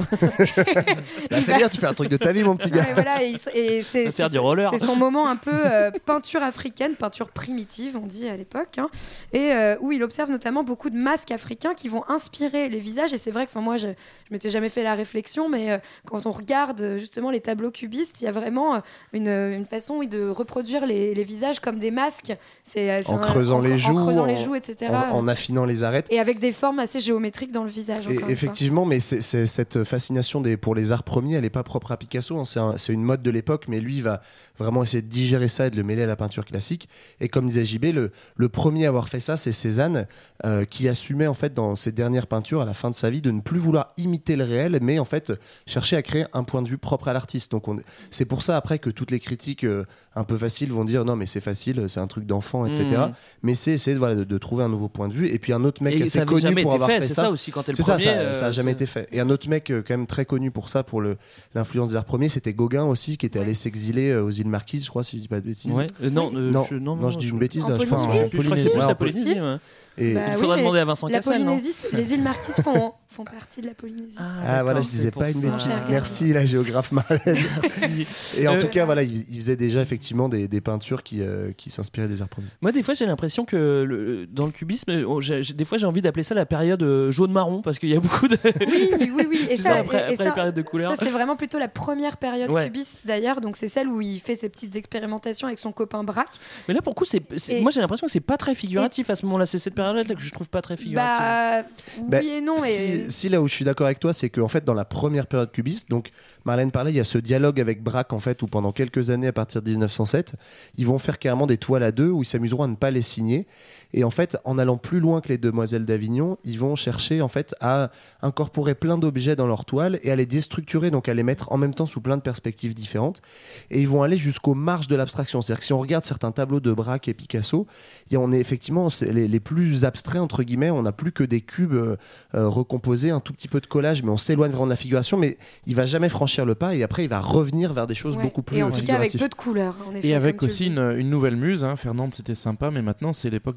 Là, c'est bien, tu fais un truc de ta vie, mon petit gars. Ouais, voilà, et c'est son moment un peu peinture africaine, peinture primitive, on dit à l'époque, hein, et où il observe notamment beaucoup de masques africains qui vont inspirer les visages. Et c'est vrai que moi, je m'étais jamais fait la réflexion, mais quand on regarde justement les tableaux cubistes, il y a vraiment une façon de reproduire les visages comme des masques. En creusant les joues, etc. En affinant les arêtes. Et avec des formes assez géométriques dans le visage. Effectivement, mais c'est cette fascination pour les arts premiers, elle n'est pas propre à Picasso. Hein, c'est une mode de l'époque, mais lui, il va vraiment essayer de digérer ça et de le mêler à la peinture classique. Et comme disait JB, le premier à avoir fait ça, c'est Cézanne, qui assumait en fait dans ses dernières peintures, à la fin de sa vie, de ne plus vouloir imiter le réel, mais en fait chercher à créer un point de vue propre à l'artiste. Donc c'est pour ça après que toutes les critiques un peu faciles vont dire non mais c'est facile, c'est un truc d'enfant, etc. Mais c'est essayer de trouver un nouveau point de vue. Et puis un autre mec assez connu pour avoir fait ça. C'est ça aussi quand t'es le premier. Ça a jamais été fait. Et un autre mec quand même très connu pour ça, pour l'influence des arts premiers, c'était Gauguin aussi, qui était allé s'exiler aux îles Marquises, je crois, si je dis pas de bêtises. Ouais. Non, je dis une bêtise là, je pense. En Polynésie. Il faudra demander à Vincent Cassel. Les îles Marquises font partie de la Polynésie. Voilà, je disais pas une bêtise. Merci la géographe Marlène. Merci. Et en tout cas, voilà, il faisait déjà effectivement des peintures qui s'inspiraient des arts premiers. Moi, des fois, j'ai l'impression que dans le cubisme, des fois, j'ai envie d'appeler ça la période jaune-marron parce qu'il y a beaucoup de. Oui. Et ça, après les périodes de couleurs. Ça, c'est vraiment plutôt la première période cubiste d'ailleurs. Donc, c'est celle où il fait ses petites expérimentations avec son copain Braque. Mais là, pour le coup, moi, j'ai l'impression que c'est pas très figuratif à ce moment-là. C'est cette période-là que je trouve pas très figurative. Oui et non. Si là où je suis d'accord avec toi, c'est qu'en fait, dans la première période cubiste, donc Marlène parlait, il y a ce dialogue avec Braque, en fait, où pendant quelques années, à partir de 1907, ils vont faire carrément des toiles à deux où ils s'amuseront à ne pas les signer. Et en fait, en allant plus loin que les Demoiselles d'Avignon, ils vont chercher en fait à incorporer plein d'objets dans leur toile et à les déstructurer, donc à les mettre en même temps sous plein de perspectives différentes. Et ils vont aller jusqu'aux marges de l'abstraction. C'est-à-dire que si on regarde certains tableaux de Braque et Picasso, on est effectivement les plus abstraits, entre guillemets, on n'a plus que des cubes recomposés, un tout petit peu de collage, mais on s'éloigne vraiment de la figuration, mais il va jamais franchir le pas et après il va revenir vers des choses beaucoup plus figuratives. Et en tout cas avec peu de couleurs. En effet, et avec aussi une nouvelle muse, hein. Fernande c'était sympa, mais maintenant c'est l'époque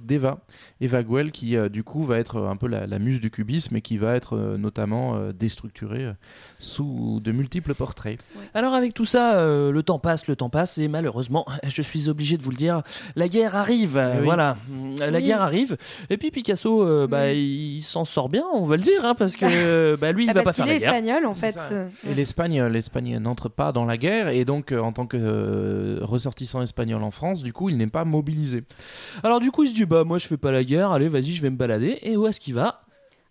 Eva Guel qui du coup va être un peu la muse du cubisme et qui va être notamment déstructurée sous de multiples portraits. Ouais. Alors avec tout ça, le temps passe et malheureusement, je suis obligé de vous le dire, la guerre arrive. Voilà, la guerre arrive. Et puis Picasso, il s'en sort bien, on va le dire, hein, parce que lui, il va pas faire la guerre. Parce qu'il est espagnol en fait. Et l'Espagne n'entre pas dans la guerre et donc en tant que ressortissant espagnol en France, du coup, il n'est pas mobilisé. Alors du coup, il se dit moi je fais pas la guerre, allez vas-y, je vais me balader. Et où est-ce qu'il va ?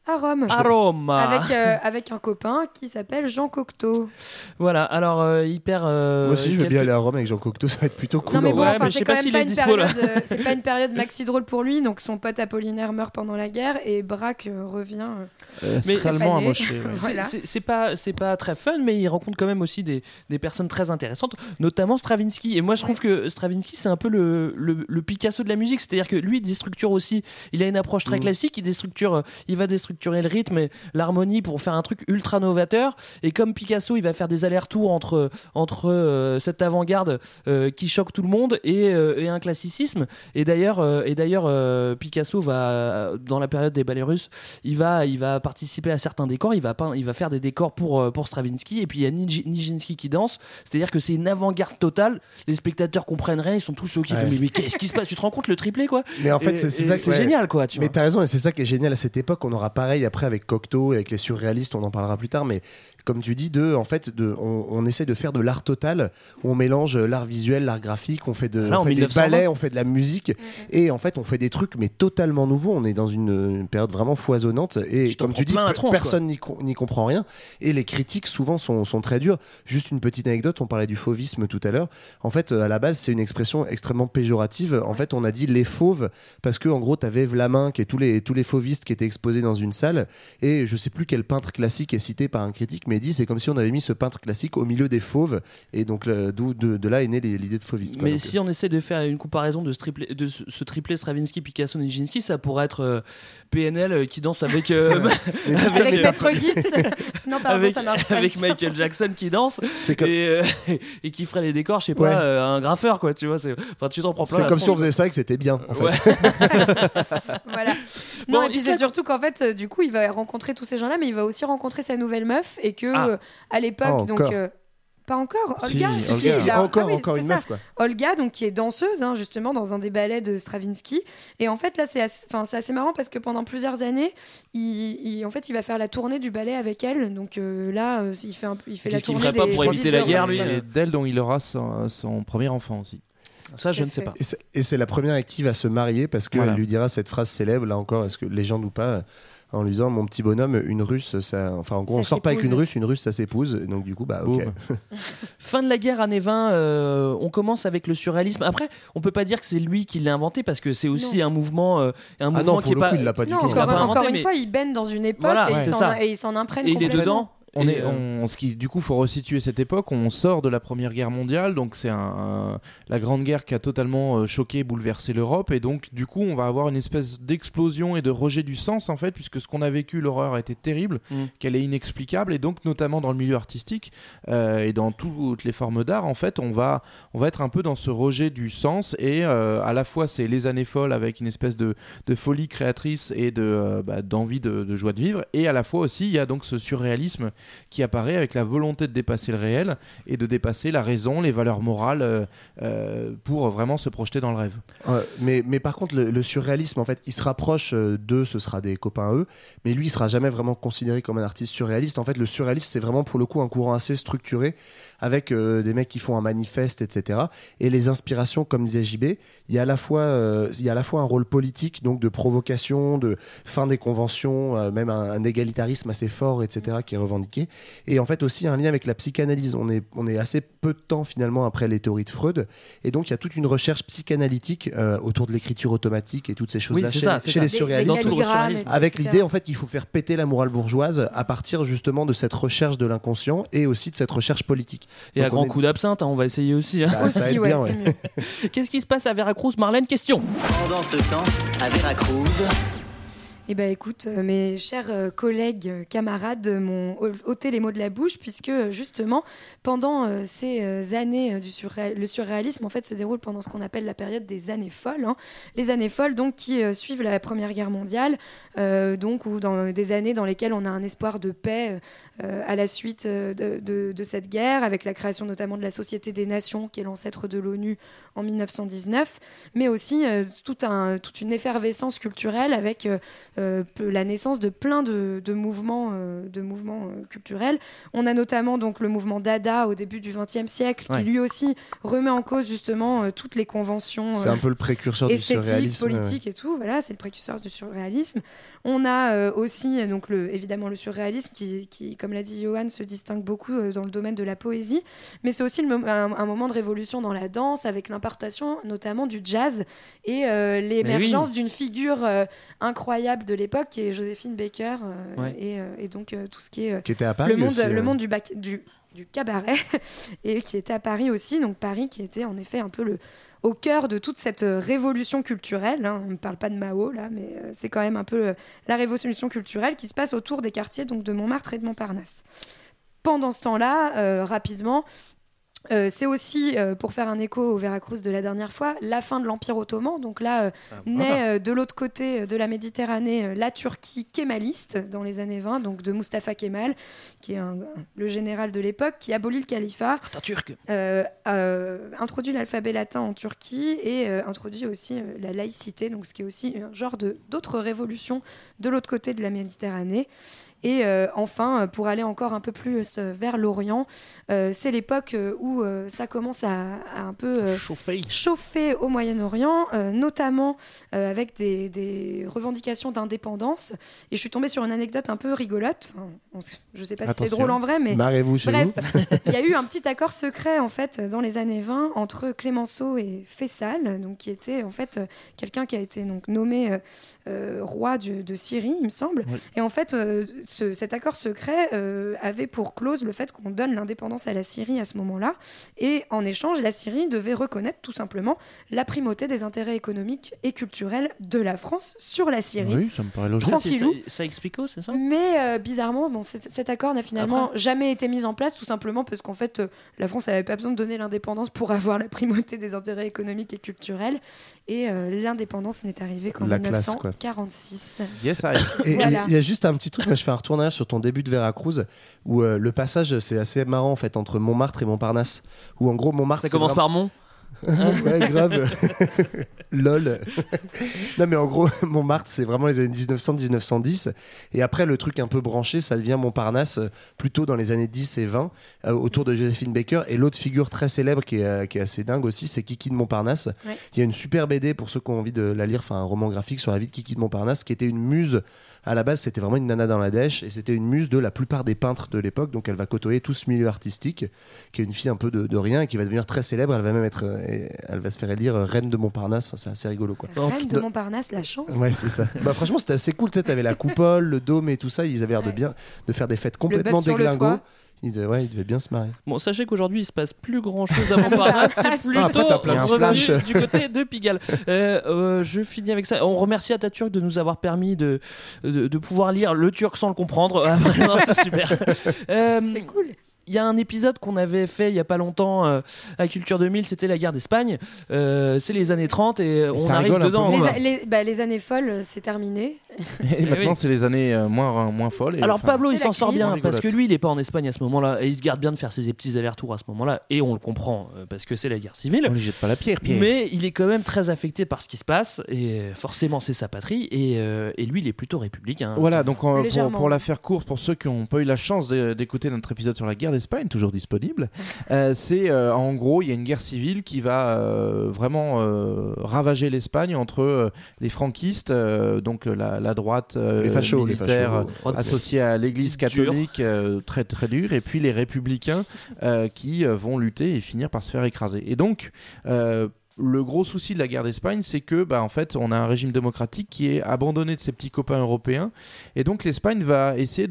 À Rome. À Rome. Avec un copain qui s'appelle Jean Cocteau. Voilà, alors hyper. Moi aussi, je veux bien aller à Rome avec Jean Cocteau, ça va être plutôt cool. Non, mais bon, ouais, mais c'est quand même pas une période. C'est pas une période maxi drôle pour lui. Donc son pote Apollinaire meurt pendant la guerre et Braque revient. Mais salement amoché. Ouais. Voilà. C'est pas très fun, mais il rencontre quand même aussi des personnes très intéressantes, notamment Stravinsky. Et moi, je trouve que Stravinsky, c'est un peu le Picasso de la musique. C'est-à-dire que lui, il déstructure aussi. Il a une approche très classique. Il va déstructurer le rythme et l'harmonie pour faire un truc ultra novateur. Et comme Picasso, il va faire des allers-retours entre cette avant-garde qui choque tout le monde et un classicisme. Et d'ailleurs, Picasso va, dans la période des ballets russes, il va participer à certains décors. Il va faire des décors pour Stravinsky. Et puis il y a Nijinsky qui danse. C'est-à-dire que c'est une avant-garde totale. Les spectateurs comprennent rien, ils sont tous choqués. Ouais. Mais qu'est-ce qui se passe? Tu te rends compte le triplé, quoi? Mais en fait, c'est ça, c'est génial, quoi. Mais t'as raison, et c'est ça qui est génial à cette époque. On aura pareil après avec Cocteau et avec les surréalistes, on en parlera plus tard, mais comme tu dis, on essaie de faire de l'art total, où on mélange l'art visuel, l'art graphique, on fait des ballets, on fait de la musique, et en fait on fait des trucs mais totalement nouveaux. On est dans une période vraiment foisonnante, et comme tu dis, personne n'y comprend rien, et les critiques souvent sont très dures. Juste une petite anecdote, on parlait du fauvisme tout à l'heure. En fait, à la base, c'est une expression extrêmement péjorative. En fait, on a dit les fauves parce que en gros, t'avais Vlaminck et tous les fauvistes qui étaient exposés dans une salle, et je sais plus quel peintre classique est cité par un critique, mais dit c'est comme si on avait mis ce peintre classique au milieu des fauves, et donc de là est née l'idée de fauviste, quoi. Mais donc, si on essaie de faire une comparaison de ce triplé Stravinsky, Picasso, Nijinsky, ça pourrait être PNL qui danse avec avec Maître Gibbs. Non, pardon, ça marche pas. Avec Michael Jackson qui danse comme... et qui ferait les décors, je sais pas, un graffeur, quoi, tu vois. Enfin, tu t'en prends plein. C'est comme si on faisait ça et que c'était bien, en fait. Voilà. Non, et puis c'est surtout qu'en fait, du coup, il va rencontrer tous ces gens-là, mais il va aussi rencontrer sa nouvelle meuf, et que à l'époque, pas encore. Olga, il y a encore une meuf, quoi. Olga, donc qui est danseuse, justement dans un des ballets de Stravinsky. Et en fait là, c'est assez marrant parce que pendant plusieurs années, il va faire la tournée du ballet avec elle. Donc là, il fait la tournée. Qu'est-ce qu'il ferait pas pour éviter la guerre, lui? Et d'elle dont il aura son premier enfant aussi. Ça, je ne sais pas. Et c'est la première avec qui il va se marier, parce qu'elle lui dira cette phrase célèbre, là encore, est-ce que légende ou pas, en lui disant mon petit bonhomme, une russe, ça, enfin en gros, on sort pas avec une russe ça s'épouse, et donc du coup, bah ok. Fin de la guerre, années 20, on commence avec le surréalisme. Après, on peut pas dire que c'est lui qui l'a inventé, parce que c'est aussi un mouvement qui est pas. Il l'a pas du tout. Encore une fois, il baigne dans une époque, et il s'en imprègne complètement. Et il est dedans. Du coup, faut resituer cette époque. On sort de la Première Guerre mondiale, donc c'est la Grande Guerre qui a totalement choqué et bouleversé l'Europe, et donc du coup, on va avoir une espèce d'explosion et de rejet du sens, en fait, puisque ce qu'on a vécu, l'horreur, a été terrible, qu'elle est inexplicable, et donc notamment dans le milieu artistique et dans toutes les formes d'art, en fait, on va être un peu dans ce rejet du sens, et à la fois c'est les années folles avec une espèce de folie créatrice et d'envie de joie de vivre, et à la fois aussi il y a donc ce surréalisme qui apparaît avec la volonté de dépasser le réel et de dépasser la raison, les valeurs morales pour vraiment se projeter dans le rêve. Mais par contre, le surréalisme, en fait, il se rapproche d'eux, ce sera des copains à eux, mais lui, il sera jamais vraiment considéré comme un artiste surréaliste. En fait, le surréalisme, c'est vraiment pour le coup un courant assez structuré, avec des mecs qui font un manifeste, etc. Et les inspirations, comme disait JB, il y a à la fois un rôle politique, donc de provocation, de fin des conventions, même un égalitarisme assez fort, etc., qui est revendiqué. Et en fait aussi un lien avec la psychanalyse. On est assez peu de temps finalement après les théories de Freud, et donc il y a toute une recherche psychanalytique autour de l'écriture automatique et toutes ces choses-là chez les surréalistes, avec l'idée en fait qu'il faut faire péter la morale bourgeoise à partir justement de cette recherche de l'inconscient et aussi de cette recherche politique. Et donc, à grand coup d'absinthe, on va essayer aussi. Ça aide bien, Qu'est-ce qui se passe à Veracruz, Marlène? Question. Pendant ce temps, à Veracruz... Eh bien, écoute, mes chers collègues, camarades m'ont ôté les mots de la bouche, puisque justement, pendant ces années le surréalisme, en fait, se déroule pendant ce qu'on appelle la période des années folles. Les années folles, donc, qui suivent la Première Guerre mondiale, ou dans des années dans lesquelles on a un espoir de paix à la suite de cette guerre, avec la création notamment de la Société des Nations, qui est l'ancêtre de l'ONU en 1919, mais aussi toute une effervescence culturelle avec la naissance de plein de mouvements, culturels. On a notamment donc le mouvement Dada au début du XXe siècle, qui lui aussi remet en cause justement toutes les conventions. C'est un peu le précurseur du surréalisme, politique et tout. Voilà, c'est le précurseur du surréalisme. On a aussi donc évidemment le surréalisme qui, comme l'a dit Johan, se distingue beaucoup dans le domaine de la poésie, mais c'est aussi un moment de révolution dans la danse, avec l'importation notamment du jazz et l'émergence d'une figure incroyable de l'époque qui est Joséphine Baker et donc tout ce qui était à Paris le monde du cabaret et qui était à Paris aussi, donc Paris qui était en effet un peu au cœur de toute cette révolution culturelle. On ne parle pas de Mao là, mais c'est quand même un peu la révolution culturelle qui se passe autour des quartiers donc de Montmartre et de Montparnasse. Pendant ce temps-là, rapidement, c'est aussi, pour faire un écho au Veracruz de la dernière fois, la fin de l'Empire ottoman. Donc là, naît de l'autre côté de la Méditerranée la Turquie kémaliste dans les années 20, donc de Mustafa Kemal, qui est le général de l'époque, qui abolit le califat, introduit l'alphabet latin en Turquie et introduit aussi la laïcité, donc ce qui est aussi un genre d'autres révolutions de l'autre côté de la Méditerranée. Et enfin, pour aller encore un peu plus vers l'Orient, c'est l'époque où ça commence à un peu chauffer au Moyen-Orient, notamment avec des revendications d'indépendance. Et je suis tombée sur une anecdote un peu rigolote. Je ne sais pas si c'est drôle en vrai, mais bref, il y a eu un petit accord secret en fait dans les années 20 entre Clémenceau et Faisal, donc qui était en fait quelqu'un qui a été donc nommé roi de Syrie, il me semble. Oui. Et en fait, cet accord secret avait pour clause le fait qu'on donne l'indépendance à la Syrie à ce moment-là, et en échange, la Syrie devait reconnaître tout simplement la primauté des intérêts économiques et culturels de la France sur la Syrie. Oui, ça me paraît logique. Ça explique, c'est ça ? Mais bizarrement, cet accord n'a finalement jamais été mis en place, tout simplement parce qu'en fait, la France n'avait pas besoin de donner l'indépendance pour avoir la primauté des intérêts économiques et culturels, et l'indépendance n'est arrivée qu'en 1946. Yes, il y a juste un petit truc, moi je fais un retour en arrière sur ton début de Veracruz, où le passage c'est assez marrant en fait entre Montmartre et Montparnasse, où en gros Montmartre ça commence par Mont. Ouais, grave. Lol. Non mais en gros Montmartre c'est vraiment les années 1900-1910, et après le truc un peu branché ça devient Montparnasse plutôt dans les années 10 et 20 autour de Joséphine Baker. Et l'autre figure très célèbre qui est assez dingue aussi, c'est Kiki de Montparnasse. Ouais. Il y a une super BD pour ceux qui ont envie de la lire, enfin un roman graphique sur la vie de Kiki de Montparnasse, qui était une muse. À la base, c'était vraiment une nana dans la dèche, et c'était une muse de la plupart des peintres de l'époque. Donc, elle va côtoyer tout ce milieu artistique, qui est une fille un peu de rien et qui va devenir très célèbre. Elle va même elle va se faire élire reine de Montparnasse. Enfin, c'est assez rigolo, quoi. Reine de Montparnasse, la chance. Ouais, c'est ça. Franchement, c'était assez cool. Tu sais, t'avais la coupole, le dôme et tout ça. Ils avaient l'air de faire des fêtes complètement déglingos. Il devait bien se marier. Bon, sachez qu'aujourd'hui, il se passe plus grand-chose à Montparnasse. C'est plutôt du côté de Pigalle. Je finis avec ça. On remercie Atatürk de nous avoir permis de pouvoir lire le turc sans le comprendre. Non, c'est super. C'est cool. Il y a un épisode qu'on avait fait il y a pas longtemps à Culture 2000, c'était la guerre d'Espagne. C'est les années 30 et on arrive dedans. Les années folles, c'est terminé. Et maintenant, c'est les années moins folles. Alors Pablo, il s'en sort bien parce que lui, il est pas en Espagne à ce moment-là et il se garde bien de faire ses petits allers-retours à ce moment-là. Et on le comprend parce que c'est la guerre civile. On lui jette pas la pierre. Mais il est quand même très affecté par ce qui se passe et forcément, c'est sa patrie. Et lui, il est plutôt républicain. Voilà, donc pour la faire courte, pour ceux qui n'ont pas eu la chance d'écouter notre épisode sur la guerre d'Espagne, toujours disponible, c'est en gros, il y a une guerre civile qui va vraiment ravager l'Espagne entre les franquistes, donc la droite militaire associée à l'église catholique, très très dure, et puis les républicains qui vont lutter et finir par se faire écraser. Et donc le gros souci de la guerre d'Espagne, c'est que en fait, on a un régime démocratique qui est abandonné de ses petits copains européens, et donc l'Espagne va essayer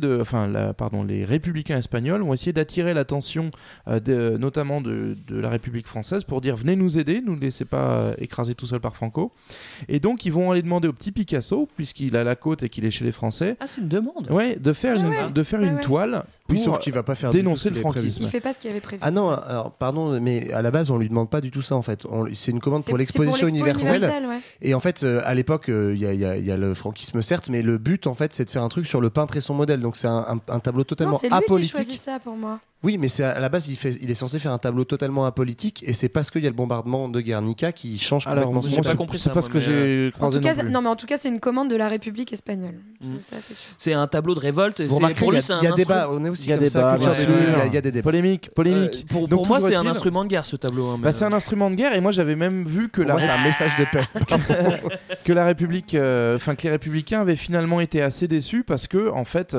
les républicains espagnols vont essayer d'attirer l'attention notamment de la République française pour dire venez nous aider, ne nous laissez pas écraser tout seul par Franco. Et donc ils vont aller demander au petit Picasso, puisqu'il a la côte et qu'il est chez les Français. Ah, c'est une demande. Ouais, de faire une toile. Oui, sauf qu'il va pas faire dénoncer le franquisme. Il fait pas ce qu'il avait prévu. Ah non, alors pardon, mais à la base on lui demande pas du tout ça en fait. C'est une commande pour l'exposition universelle. Ouais. Et en fait, à l'époque, il y a le franquisme certes, mais le but en fait, c'est de faire un truc sur le peintre et son modèle. Donc c'est un tableau totalement apolitique. C'est lui qui choisit ça pour moi. Oui, mais à la base, il est censé faire un tableau totalement apolitique, et c'est parce qu'il y a le bombardement de Guernica qui change complètement son. J'ai pas compris ça. C'est parce que j'ai croisé non plus. Non, mais en tout cas, c'est une commande de la République espagnole. Ça, c'est sûr. C'est un tableau de révolte. Pour lui, il y a débat. On est aussi comme ça. Il y a des débats. Polémique. Pour moi, c'est un instrument de guerre, ce tableau. C'est un instrument de guerre, et moi, j'avais même vu que c'est un message de paix. Que la République, que les Républicains avaient finalement été assez déçus parce que, en fait,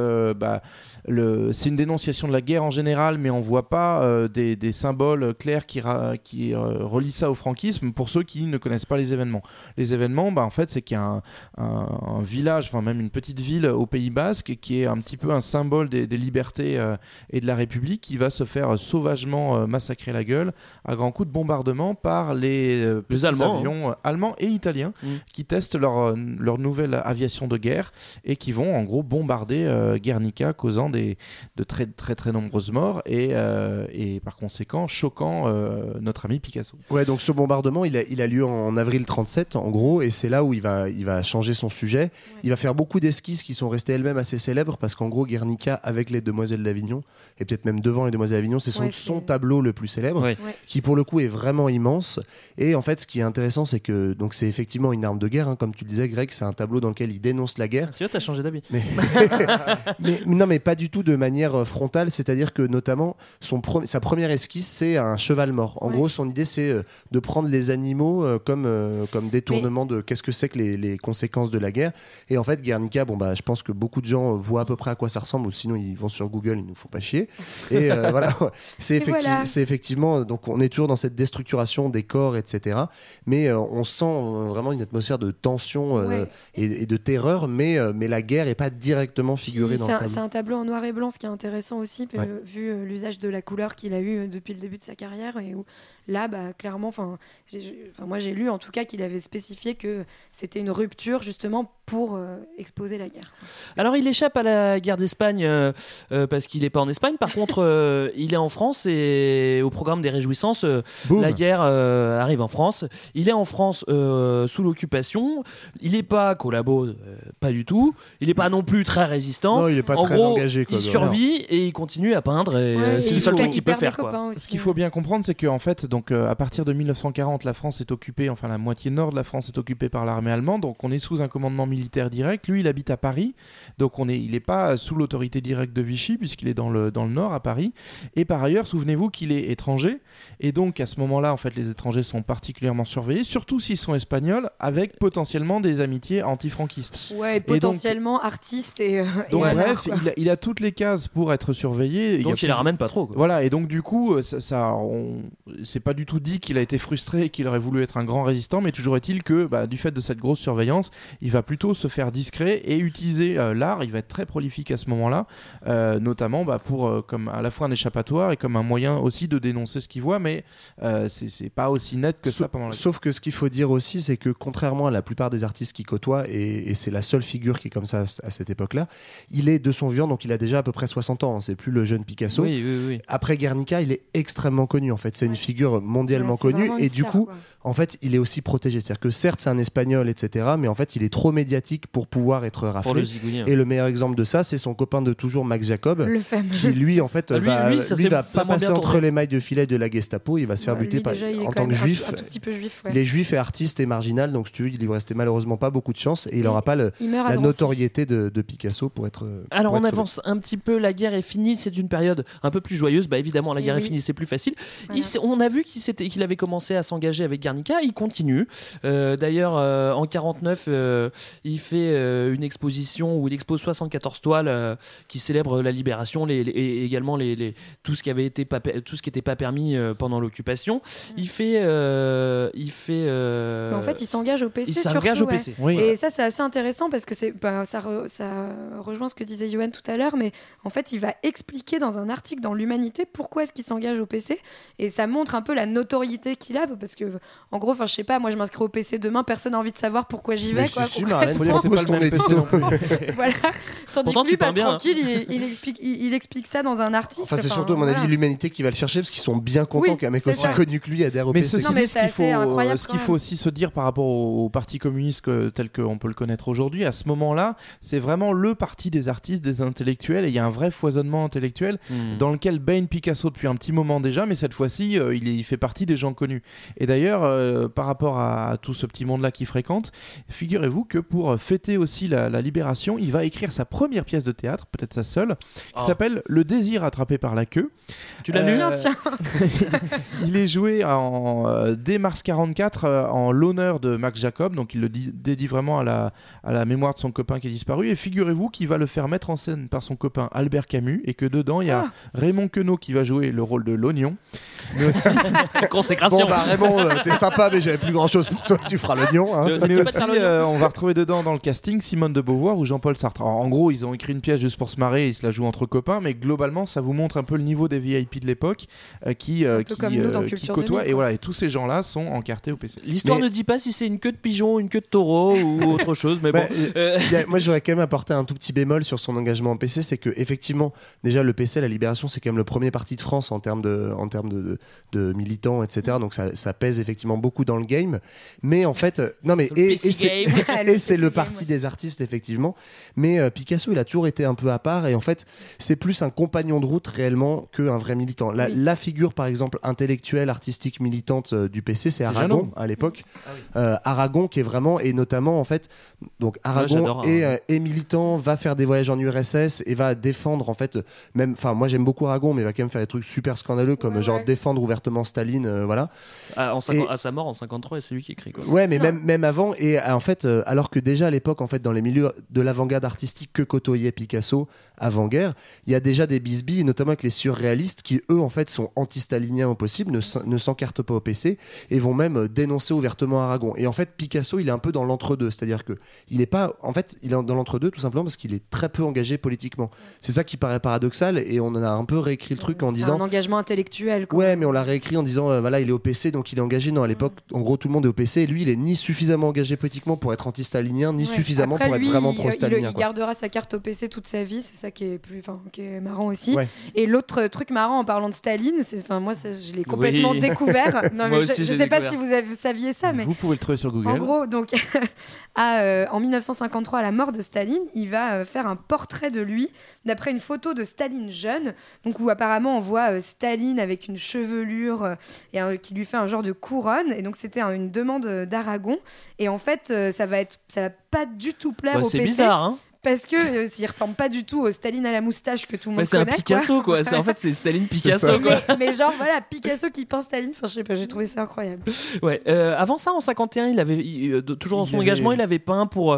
c'est une dénonciation de la guerre en général, mais on voit pas des symboles clairs qui relient ça au franquisme pour ceux qui ne connaissent pas les événements. Les événements, en fait, c'est qu'il y a un village, enfin même une petite ville au Pays Basque qui est un petit peu un symbole des libertés et de la République, qui va se faire sauvagement massacrer la gueule à grands coups de bombardement par les avions allemands et italiens qui testent leur nouvelle aviation de guerre et qui vont en gros bombarder Guernica, causant de très très très nombreuses morts et par conséquent choquant notre ami Picasso. Ouais, donc ce bombardement il a lieu en avril 37 en gros, et c'est là où il va changer son sujet. Il va faire beaucoup d'esquisses qui sont restées elles-mêmes assez célèbres, parce qu'en gros Guernica avec les Demoiselles d'Avignon, et peut-être même devant les Demoiselles d'Avignon, c'est son tableau le plus célèbre, qui pour le coup est vraiment immense. Et en fait ce qui est intéressant, c'est que donc c'est effectivement une arme de guerre, comme tu le disais Greg, c'est un tableau dans lequel il dénonce la guerre. Tu vois, t'as changé d'avis. mais pas du tout de manière frontale, c'est-à-dire que notamment sa première esquisse, c'est un cheval mort. En gros, son idée, c'est de prendre les animaux comme détournement de qu'est-ce que c'est que les conséquences de la guerre. Et en fait, Guernica, je pense que beaucoup de gens voient à peu près à quoi ça ressemble, ou sinon ils vont sur Google, ils nous font pas chier. Et voilà, c'est effectivement, donc on est toujours dans cette déstructuration des corps, etc. Mais on sent vraiment une atmosphère de tension et de terreur, mais la guerre n'est pas directement figurée dans le tableau. C'est un tableau en noir et blanc, ce qui est intéressant aussi, vu l'usage de la couleur qu'il a eu depuis le début de sa carrière, et où là, clairement, moi j'ai lu en tout cas qu'il avait spécifié que c'était une rupture justement pour exposer la guerre. Alors il échappe à la guerre d'Espagne parce qu'il n'est pas en Espagne. Par contre, il est en France, et au programme des réjouissances, la guerre arrive en France. Il est en France sous l'occupation. Il n'est pas collabo, pas du tout. Il n'est pas non plus très résistant. Non, il n'est pas très engagé. Il survit et il continue à peindre. C'est le seul truc qu'il peut faire. Ce qu'il faut bien comprendre, c'est qu'en fait, donc, à partir de 1940, la France est occupée, enfin la moitié nord de la France est occupée par l'armée allemande. Donc on est sous un commandement militaire direct. Lui, il habite à Paris. Donc il n'est pas sous l'autorité directe de Vichy, puisqu'il est dans le nord, à Paris. Et par ailleurs, souvenez-vous qu'il est étranger. Et donc à ce moment-là, en fait, les étrangers sont particulièrement surveillés, surtout s'ils sont espagnols, avec potentiellement des amitiés antifranquistes. Ouais, et potentiellement artistes et bref, il a toutes les cases pour être surveillé. Donc il les ramène pas trop, quoi. Voilà, et donc du coup, c'est pas du tout dit qu'il a été frustré et qu'il aurait voulu être un grand résistant, mais toujours est-il que du fait de cette grosse surveillance, il va plutôt se faire discret et utiliser l'art. Il va être très prolifique à ce moment-là, notamment pour comme à la fois un échappatoire et comme un moyen aussi de dénoncer ce qu'il voit, mais c'est pas aussi net que ça pendant la guerre. Sauf que ce qu'il faut dire aussi, c'est que contrairement à la plupart des artistes qu'il côtoie, et c'est la seule figure qui est comme ça à cette époque-là, il est de son vivant, donc il a déjà à peu près 60 ans, c'est plus le jeune Picasso. Oui. Après Guernica, il est extrêmement connu, en fait, c'est une figure mondialement connue, et du coup, en fait, il est aussi protégé. C'est-à-dire que certes, c'est un Espagnol, etc., mais en fait, il est trop médiatique pour pouvoir être raflé. Et le meilleur exemple de ça, c'est son copain de toujours, Max Jacob, qui lui, en fait, va pas passer entre les mailles de filet de la Gestapo, il va se faire buter en tant que juif. Un tout petit peu juif. Il est juif et artiste et marginal, donc si tu veux, il lui restait malheureusement pas beaucoup de chance, et il n'aura pas la notoriété de Picasso pour être. Alors on avance un petit peu, la guerre est finie, c'est une période un peu plus joyeuse. Évidemment, la guerre est finie, c'est plus facile. Voilà. On a vu qu'il avait commencé à s'engager avec Guernica, il continue. D'ailleurs, en 49, il fait une exposition où il expose 74 toiles qui célèbrent la libération, et également tout ce qui n'était pas permis pendant l'occupation. Il fait. En fait, il s'engage au PC. Il s'engage au PC. Oui. Et ça, c'est assez intéressant parce que ça rejoint ce que disait Yoann tout à l'heure, mais en fait, il va expliquer dans un article dans l'Humanité pourquoi est-ce qu'il s'engage au PC, et ça montre un peu la notoriété qu'il a, parce que en gros, je sais pas, moi je m'inscris au PC demain, personne n'a envie de savoir pourquoi j'y vais. C'est sûr, Marlène, c'est pas le même PC non plus. Voilà. Tandis Pourtant, que lui, bien, tranquille, il explique ça dans un article. Enfin, c'est surtout à mon avis l'Humanité qui va le chercher, parce qu'ils sont bien contents qu'un mec aussi connu que lui adhère au PC. Mais ce qu'il faut aussi se dire par rapport au parti communiste tel qu'on peut le connaître aujourd'hui, à ce moment-là, c'est vraiment le parti des artistes, des intellectuels intellectuel et il y a un vrai foisonnement intellectuel dans lequel baigne Picasso depuis un petit moment déjà, mais cette fois-ci il fait partie des gens connus. Et d'ailleurs par rapport à tout ce petit monde-là qu'il fréquente, figurez-vous que pour fêter aussi la libération, il va écrire sa première pièce de théâtre, peut-être sa seule, qui s'appelle Le désir attrapé par la queue. Tu l'as lu ? Tiens. Il est joué dès mars 44 en l'honneur de Max Jacob, donc il le dédie vraiment à la mémoire de son copain qui est disparu, et figurez-vous qu'il va le faire mettre en scène par son copain Albert Camus, et que dedans il y a Raymond Queneau qui va jouer le rôle de l'oignon, mais aussi consécration. Bon bah Raymond, t'es sympa mais j'avais plus grand chose pour toi, tu feras l'oignon hein. Mais aussi on va retrouver dedans dans le casting Simone de Beauvoir ou Jean-Paul Sartre. Alors, en gros ils ont écrit une pièce juste pour se marrer, ils se la jouent entre copains, mais globalement ça vous montre un peu le niveau des VIP de l'époque qui côtoient, et voilà, et tous ces gens-là sont encartés au PC. L'histoire ne dit pas si c'est une queue de pigeon, une queue de taureau ou autre chose, mais bon. Moi j'aurais quand même apporté un tout petit bémol sur son engagement en PC, c'est que effectivement déjà le PC, la Libération, c'est quand même le premier parti de France en termes de militants, etc. Donc ça pèse effectivement beaucoup dans le game, mais en fait et c'est le parti des artistes effectivement, mais Picasso il a toujours été un peu à part, et en fait c'est plus un compagnon de route réellement qu'un vrai militant. La figure par exemple intellectuelle, artistique, militante du PC, c'est Aragon à l'époque. Aragon qui est vraiment, et notamment en fait, donc Aragon est militant, va faire des voyages en URSS et va défendre en fait, même, enfin moi j'aime beaucoup Aragon, mais il va quand même faire des trucs super scandaleux comme défendre ouvertement Staline, voilà. À sa mort en 53, et c'est lui qui écrit quoi. Ouais, mais même avant, et en fait alors que déjà à l'époque en fait dans les milieux de l'avant-garde artistique que côtoyait Picasso avant-guerre, il y a déjà des bisbilles, notamment avec les surréalistes qui eux en fait sont anti-staliniens au possible, ne s'encartent pas au PC et vont même dénoncer ouvertement Aragon. Et en fait Picasso il est un peu dans l'entre-deux, c'est-à-dire que il est dans l'entre-deux tout simplement parce qu'il est très peu engagé politiquement. C'est ça qui paraît paradoxal, et on en a un peu réécrit le truc en disant un engagement intellectuel quoi. Ouais, mais on l'a réécrit en disant voilà, il est au PC donc il est engagé. Non, à l'époque en gros tout le monde est au PC, et lui il est ni suffisamment engagé politiquement pour être anti-stalinien, ni suffisamment pour être vraiment pro-stalinien. Il gardera sa carte au PC toute sa vie, c'est ça qui est marrant aussi. Et l'autre truc marrant en parlant de Staline, moi je l'ai complètement découvert. Non, mais je sais pas si vous saviez ça, mais vous pouvez le trouver sur Google. En gros, donc en 1953, à la mort de Staline, il va faire un portrait de lui d'après une photo de Staline jeune, donc où apparemment on voit Staline avec une chevelure qui lui fait un genre de couronne, et donc c'était une demande d'Aragon, et en fait ça va pas du tout plaire au PC. C'est bizarre hein. Parce que il ressemble pas du tout au Staline à la moustache que tout le monde c'est connaît. C'est un Picasso quoi. En fait c'est Staline Picasso quoi. Mais genre voilà, Picasso qui peint Staline. Enfin je sais pas, j'ai trouvé ça incroyable. Ouais. Avant ça en 51 il avait toujours dans son engagement il avait peint pour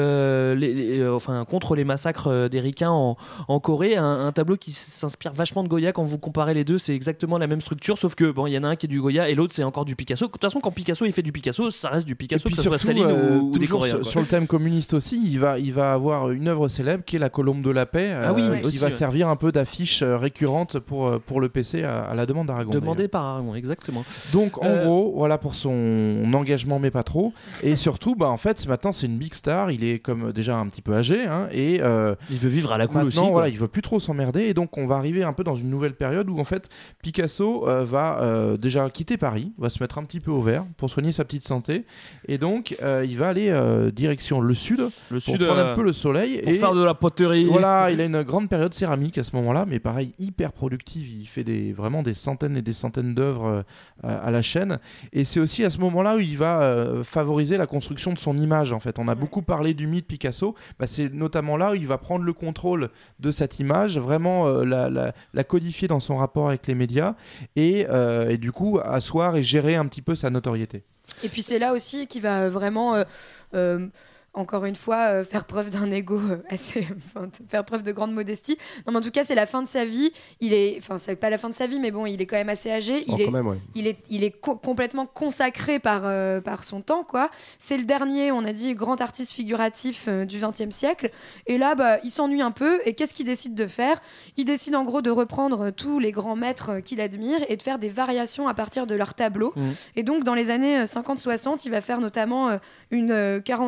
contre les massacres des Ricains en Corée un tableau qui s'inspire vachement de Goya. Quand vous comparez les deux c'est exactement la même structure, sauf que bon il y en a un qui est du Goya et l'autre c'est encore du Picasso. De toute façon quand Picasso il fait du Picasso ça reste du Picasso, que ce soit Staline ou des Coréens. Sur le thème communiste aussi il va avoir une œuvre célèbre qui est la Colombe de la Paix, qui va servir un peu d'affiche récurrente pour le PC à la demande d'Aragon. Demandé par Aragon, exactement. Donc en gros, voilà pour son engagement, mais pas trop. Et surtout, en fait, maintenant c'est une big star. Il est comme déjà un petit peu âgé, et il veut vivre à la cool aussi. Voilà, il veut plus trop s'emmerder, et donc on va arriver un peu dans une nouvelle période où en fait Picasso va déjà quitter Paris, va se mettre un petit peu au vert pour soigner sa petite santé, et donc il va aller direction le sud pour prendre un peu le soleil. Pour faire de la poterie. Voilà, il a une grande période céramique à ce moment-là, mais pareil, hyper productive. Il fait vraiment des centaines et des centaines d'œuvres à la chaîne. Et c'est aussi à ce moment-là où il va favoriser la construction de son image. En fait, on a beaucoup parlé du mythe Picasso. C'est notamment là où il va prendre le contrôle de cette image, vraiment la codifier dans son rapport avec les médias, et du coup asseoir et gérer un petit peu sa notoriété. Et puis c'est là aussi qu'il va vraiment encore une fois faire preuve d'un ego faire preuve de grande modestie. Non, mais en tout cas c'est la fin de sa vie. C'est pas la fin de sa vie, mais bon, il est quand même assez âgé. Il est complètement consacré par son temps quoi. C'est le dernier, on a dit, grand artiste figuratif du XXe siècle, et là il s'ennuie un peu, et qu'est-ce qu'il décide de faire? Il décide en gros de reprendre tous les grands maîtres qu'il admire et de faire des variations à partir de leurs tableaux. Et donc dans les années 50-60 il va faire notamment une quarantaine de variations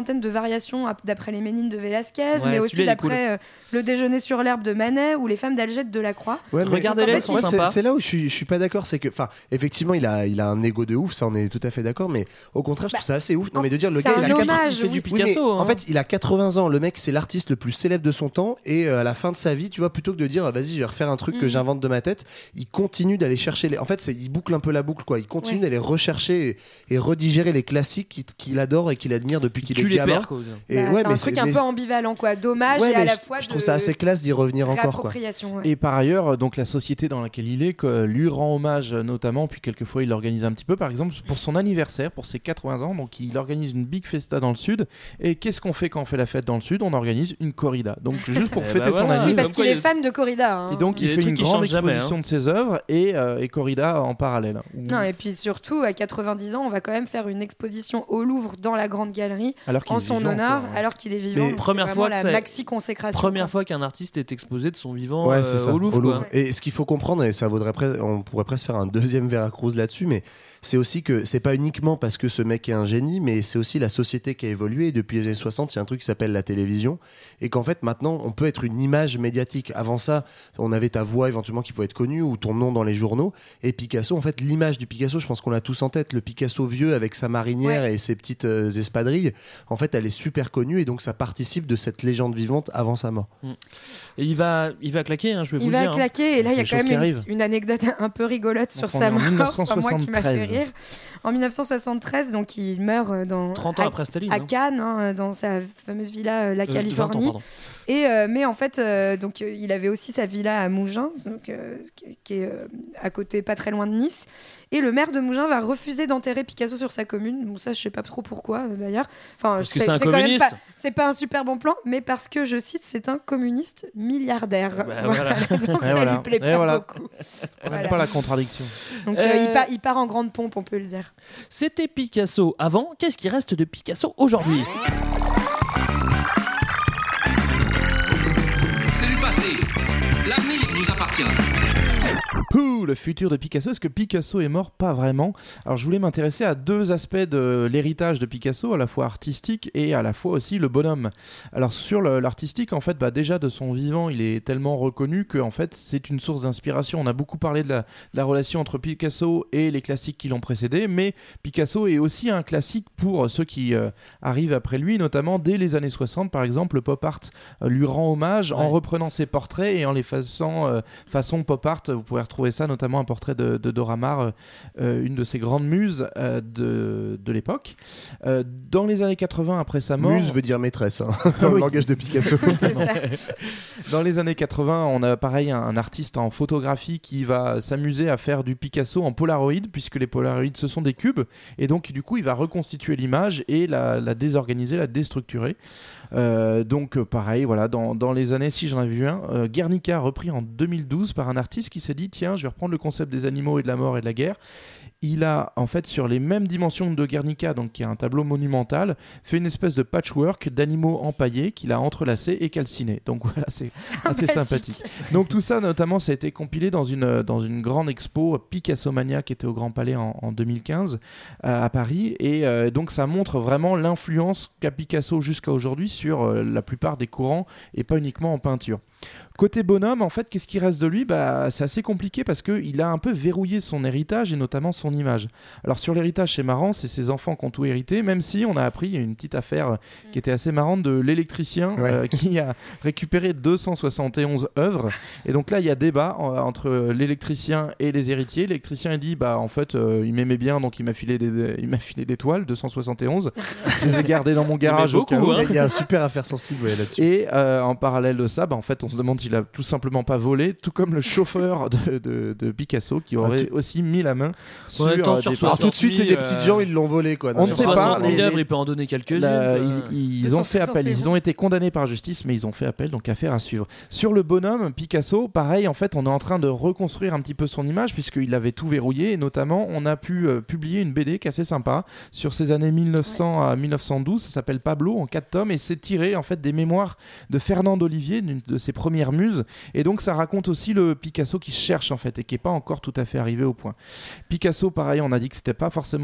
variations d'après les Ménines de Velázquez, mais aussi d'après Le déjeuner sur l'herbe de Manet ou Les femmes d'Alger de Delacroix. Ouais, regardez-les, elles sont sympas. C'est là où je suis pas d'accord, c'est que, effectivement, il a un ego de ouf, ça on est tout à fait d'accord, mais au contraire, je trouve ça assez ouf. Non, mais de dire le gars, il fait du Picasso. En fait, il a 80 ans, le mec, c'est l'artiste le plus célèbre de son temps, et à la fin de sa vie, tu vois, plutôt que de dire, vas-y, je vais refaire un truc que j'invente de ma tête, il continue d'aller chercher en fait, il boucle un peu la boucle, quoi. Il continue d'aller rechercher et redigérer les classiques qu'il adore et qu'il admire depuis qu'il est gamin. C'est un truc un peu ambivalent, quoi. Dommage et à la fois. Je trouve ça assez classe d'y revenir encore, quoi. Et par ailleurs, donc la société dans laquelle il est lui rend hommage notamment, puis quelquefois il l'organise un petit peu, par exemple pour son anniversaire, pour ses 80 ans, donc il organise une big festa dans le sud. Et qu'est-ce qu'on fait quand on fait la fête dans le sud? On organise une corrida, donc juste pour fêter son anniversaire. Oui, parce qu'il est fan de corrida. Et donc il fait une grande exposition de ses œuvres et corrida en parallèle. Non, et puis surtout à 90 ans, on va quand même faire une exposition au Louvre dans la Grande Galerie en son honneur, alors qu'il est vivant. Première fois la maxi consécration. Première fois qu'un artiste est exposé de son vivant au Louvre. Et ce qu'il faut comprendre, et ça vaudrait on pourrait presque faire un deuxième Veracruz là-dessus, mais c'est aussi que c'est pas uniquement parce que ce mec est un génie, mais c'est aussi la société qui a évolué. Et depuis les années 60, il y a un truc qui s'appelle la télévision, et qu'en fait maintenant on peut être une image médiatique. Avant ça, on avait ta voix éventuellement qui pouvait être connue ou ton nom dans les journaux. Et Picasso, en fait, l'image du Picasso, je pense qu'on l'a tous en tête, le Picasso vieux avec sa marinière et ses petites espadrilles. En fait, elle est super connue, et donc ça participe de cette légende vivante avant sa mort. Et il va claquer, je vais vous le dire. Il va claquer, et là il y a quand même une anecdote un peu rigolote sur sa mort, moi qui m'a fait rire. En 1973, donc il meurt 30 ans après Staline, à Cannes, dans sa fameuse villa La Californie. Mais en fait, donc il avait aussi sa villa à Mougins, donc, qui est à côté, pas très loin de Nice. Et le maire de Mougins va refuser d'enterrer Picasso sur sa commune. Bon, ça, je sais pas trop pourquoi, d'ailleurs. Enfin, parce que c'est un communiste. C'est pas un super bon plan, mais parce que, je cite, c'est un communiste milliardaire. Voilà. Donc ça lui plaît pas beaucoup. Voilà. Pas la contradiction. Donc il part en grande pompe, on peut le dire. C'était Picasso avant. Qu'est-ce qui reste de Picasso aujourd'hui? C'est du passé. L'avenir nous appartient. Pouh, le futur de Picasso. Est-ce que Picasso est mort? Pas vraiment. Alors je voulais m'intéresser à deux aspects de l'héritage de Picasso, à la fois artistique et à la fois aussi le bonhomme. Alors sur l'artistique, en fait, déjà de son vivant, il est tellement reconnu que en fait c'est une source d'inspiration. On a beaucoup parlé de la relation entre Picasso et les classiques qui l'ont précédé, mais Picasso est aussi un classique pour ceux qui arrivent après lui, notamment dès les années 60 par exemple. Le pop art lui rend hommage en reprenant ses portraits et en les faisant façon pop art. Vous pouvez retrouver ça, notamment un portrait de Dora Maar, une de ses grandes muses de l'époque. Dans les années 80, après sa mort... Muse veut dire maîtresse, dans le langage de Picasso. C'est ça. Dans les années 80, on a pareil un artiste en photographie qui va s'amuser à faire du Picasso en Polaroid, puisque les Polaroids, ce sont des cubes, et donc du coup, il va reconstituer l'image et la désorganiser, la déstructurer. Donc pareil, voilà, dans les années, si j'en avais vu un, Guernica repris en 2012 par un artiste qui s'est dit tiens, je vais reprendre le concept des animaux et de la mort et de la guerre. Il a en fait sur les mêmes dimensions de Guernica, donc qui est un tableau monumental, fait une espèce de patchwork d'animaux empaillés qu'il a entrelacés et calcinés. Donc voilà, c'est assez sympathique. Donc tout ça notamment, ça a été compilé dans une grande expo Picasso Mania qui était au Grand Palais en 2015 à Paris, et donc ça montre vraiment l'influence qu'a Picasso jusqu'à aujourd'hui sur la plupart des courants et pas uniquement en peinture. Côté bonhomme, en fait, qu'est-ce qui reste de lui ? C'est assez compliqué parce qu'il a un peu verrouillé son héritage et notamment son image. Alors sur l'héritage, c'est marrant, c'est ses enfants qui ont tout hérité, même si on a appris une petite affaire qui était assez marrante de l'électricien qui a récupéré 271 œuvres. Et donc là, il y a débat entre l'électricien et les héritiers. L'électricien, il dit, en fait, il m'aimait bien, donc il m'a filé des toiles, 271. Je les ai gardées dans mon garage au cas où. Il y a un super affaire sensible là-dessus. Et en parallèle de ça, en fait, on se demande s'il a tout simplement pas volé, tout comme le chauffeur de Picasso qui aurait aussi mis la main sur des... Alors tout de suite, c'est des petites gens, ils l'ont volé, quoi. On ne sait pas. Il peut en donner quelques-unes. Ils ont fait appel. Ils ont été condamnés par justice, mais ils ont fait appel, donc affaire à suivre. Sur le bonhomme, Picasso, pareil, en fait, on est en train de reconstruire un petit peu son image puisqu'il avait tout verrouillé, et notamment, on a pu publier une BD qui est assez sympa sur ces années 1900 à 1912. Ça s'appelle Pablo, en 4 tomes, et c'est tiré en fait des mémoires de Fernand Olivier, une de ses premières muses, et donc ça raconte aussi le Picasso qui cherche en fait et qui n'est pas encore tout à fait arrivé au point. Picasso, pareil, on a dit que c'était pas forcément un type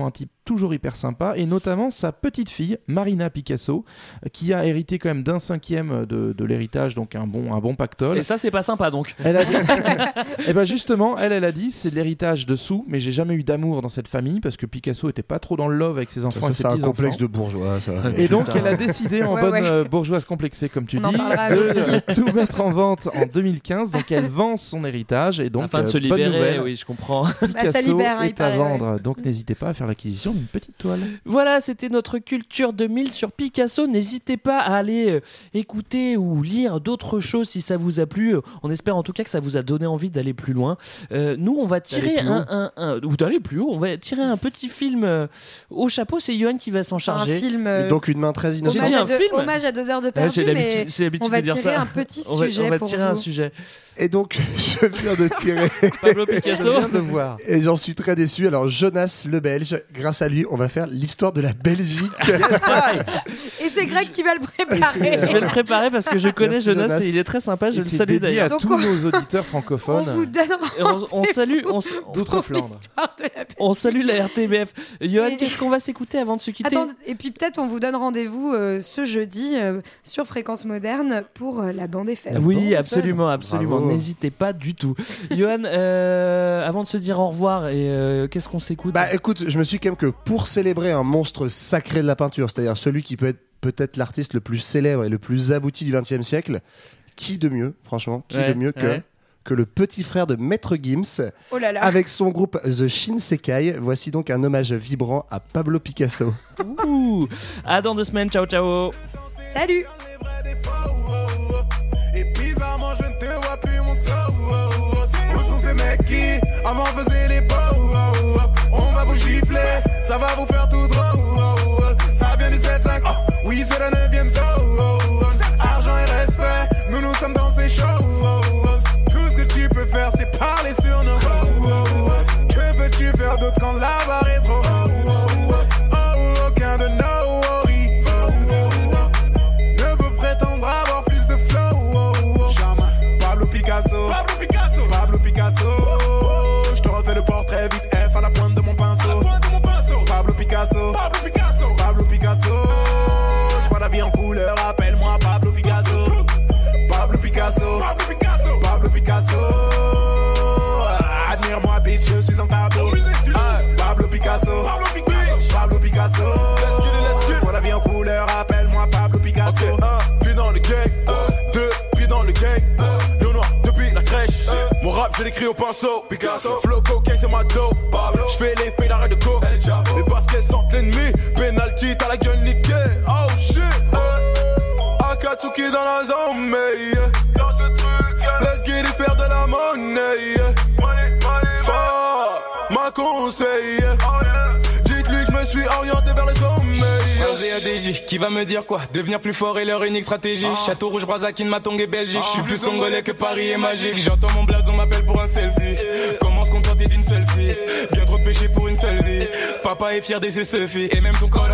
toujours hyper sympa, et notamment sa petite fille, Marina Picasso, qui a hérité quand même d'un 5e de l'héritage, donc un bon pactole. Et ça, c'est pas sympa donc. Elle a dit... Et ben justement, elle a dit, c'est de l'héritage de sous, mais j'ai jamais eu d'amour dans cette famille parce que Picasso était pas trop dans le love avec ses enfants et ses petits-enfants. C'est un complexe de bourgeois, ça. Et donc, elle a décidé, en bonne bourgeoise complexée, comme tu dis, de tout mettre en vente en 2015. Donc, elle vend son héritage et donc afin de se libérer. Nouvelle, oui, je comprends. Picasso est à vendre, donc n'hésitez pas à faire l'acquisition d'une petite toile. Voilà, c'était notre culture 2000 sur Picasso. N'hésitez pas à aller écouter ou lire d'autres choses si ça vous a plu. On espère en tout cas que ça vous a donné envie d'aller plus loin. Nous, on va tirer ou d'aller plus haut. On va tirer un petit film au chapeau. C'est Yoann qui va s'en charger. Un film. Et donc une main très innocente. Hommage à 2 heures de perdu, mais on va tirer un petit sujet. On va tirer un sujet. Et donc, je viens de tirer Pablo Picasso. Je viens de voir. Et j'en suis très déçu. Alors, Jonas le Belge, grâce à lui, on va faire l'histoire de la Belgique. Et c'est Greg qui va le préparer. Je vais le préparer parce que je connais Jonas et il est très sympa. Je le salue d'ailleurs. À tous nos auditeurs francophones. On vous donne on salue d'outre-Flandre. On salue la RTBF. Yoann, qu'est-ce qu'on va s'écouter avant de se quitter? Attends, et puis peut-être on vous donne rendez-vous ce jeudi sur Fréquence Moderne pour la bande FM. Oui, absolument. Bravo. N'hésitez pas du tout. Yoann, avant de se dire au revoir, qu'est-ce qu'on s'écoute? Bah écoute, je me suis quand même que pour célébrer un monstre sacré de la peinture, c'est-à-dire celui qui peut être peut-être l'artiste le plus célèbre et le plus abouti du XXe siècle, qui de mieux, franchement, de mieux que le petit frère de Maître Gims, avec son groupe The Shinsekai. Voici donc un hommage vibrant à Pablo Picasso. Ouh, à dans 2 semaines, ciao ciao. Salut. Et bizarrement je ne te vois plus mon soul. Où sont ces mecs qui avant faisaient les beaux? On va vous gifler, ça va vous faire tout drôle. Ça vient du 7-5, oui c'est le 9e zone. Argent et respect, nous sommes dans ces shows. Tout ce que tu peux faire c'est parler sur nos Que peux-tu faire d'autre quand la barre est trop? Aucun de nos worries ne peut prétendre avoir plus de flow. Pablo Picasso, Pablo Picasso. Je te refais le portrait vite F à la pointe de mon pinceau. Pablo Picasso, Pablo Picasso. Je vois la vie en couleur, appelle-moi Pablo Picasso. Pablo Picasso, Pablo Picasso. Admire-moi bitch, je suis un tableau. Pablo Picasso, Pablo Picasso. Je vois la vie en couleur, appelle-moi Pablo Picasso. Pied dans le gang, 2 pieds dans le gang. Lion noir depuis la crèche. Mon rap je l'écris au pinceau. Picasso, flow cocaine c'est ma dope. Je fais l'effet d'arrêt de co. Les baskets sentent l'ennemi. Penalty t'as la gueule niquée. Oh shit. Akatsuki dans la zone, mais dans ce truc, let's get it, faire de la monnaie. Fort, ma conseil. Dites-lui que je me suis orienté vers les sommets. Posé à DJ, qui va me dire quoi? Devenir plus fort et leur unique stratégie. Château Rouge, Brazakin, Matong et Belgique. Je suis plus congolais que Paris est magique. J'entends mon blason m'appelle pour un selfie. Comment se contenter d'une seule fille? Bien trop de péché pour une seule vie. Papa est fier de ses suffis. Et même ton corps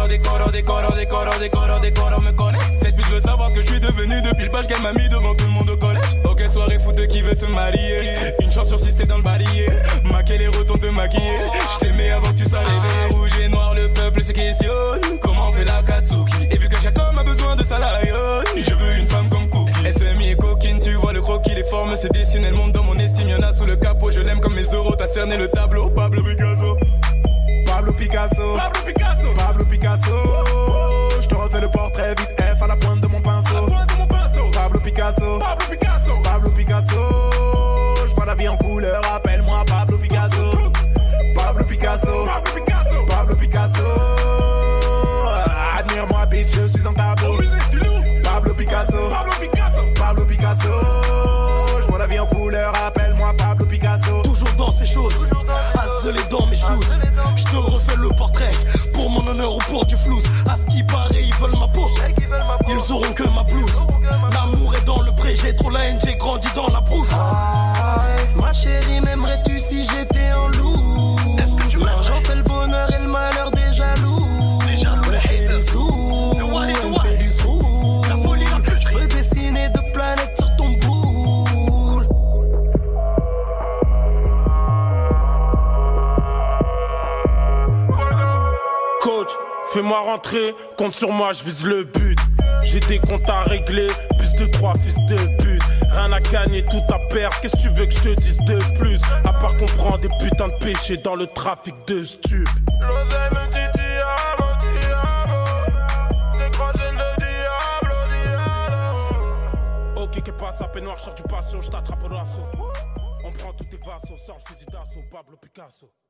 me connaît. Cette pute veut savoir ce que je suis devenu depuis le page qu'elle m'a mis devant tout le monde au collège. Ok, soirée foot qui veut se marier. Une chance sur 6 t'es dans le barillet. Maquer les retons te maquiller. Je t'aimais avant que tu sois réveillé. Rouge et noir, le peuple se questionne. Comment on fait la Katsuki? Et vu que chaque homme a besoin de sa lion, je veux une femme comme Cookie. SMI et coquine, tu vois le croquis. Les formes se dessinent, elles montent dans mon estime. Y'en a sous le capot, je l'aime comme mes euros. T'as cerné le tableau, Pablo Picasso. Pablo Picasso, Pablo Picasso, Pablo Picasso. Je te refais le portrait vite F à la pointe de mon pinceau. Pablo Picasso, Pablo Picasso, Pablo Picasso. Je vois la vie en couleur, appelle-moi Pablo Picasso. Pablo Picasso, Pablo Picasso, Pablo Picasso. Admire-moi bitch, je suis un tableau. Pablo Picasso, Pablo Picasso, Pablo Picasso. Je vois la vie en couleur, appelle-moi Pablo Picasso. Toujours dans ces choses, asselé dans mes choses. Je te refais le portrait, pour mon honneur ou pour du flouze. À ce qui paraît, ils veulent ma peau, ils auront que ma blouse. L'amour est dans le pré, j'ai trop la haine, j'ai grandi dans la brousse. Ma chérie, m'aimerais-tu si j'étais un loup? L'argent fait le bonheur et le malheur des jaloux. Elle fait des sous, elle fait du sou. Je peux dessiner de planètes sur ton boule. Fais-moi rentrer, compte sur moi, je vise le but. J'ai des comptes à régler, plus de 3 fils de pute. Rien à gagner, tout à perdre, qu'est-ce que tu veux que je te dise de plus? À part qu'on prend des putains de péchés dans le trafic de stupes. L'oseille me dit diable, diable. T'es croisé le diable, diable. Ok, que passe à peine noir, je sors du patio, je t'attrape au lasso. On prend tous tes vasos, sors le fusil d'assaut, Pablo Picasso.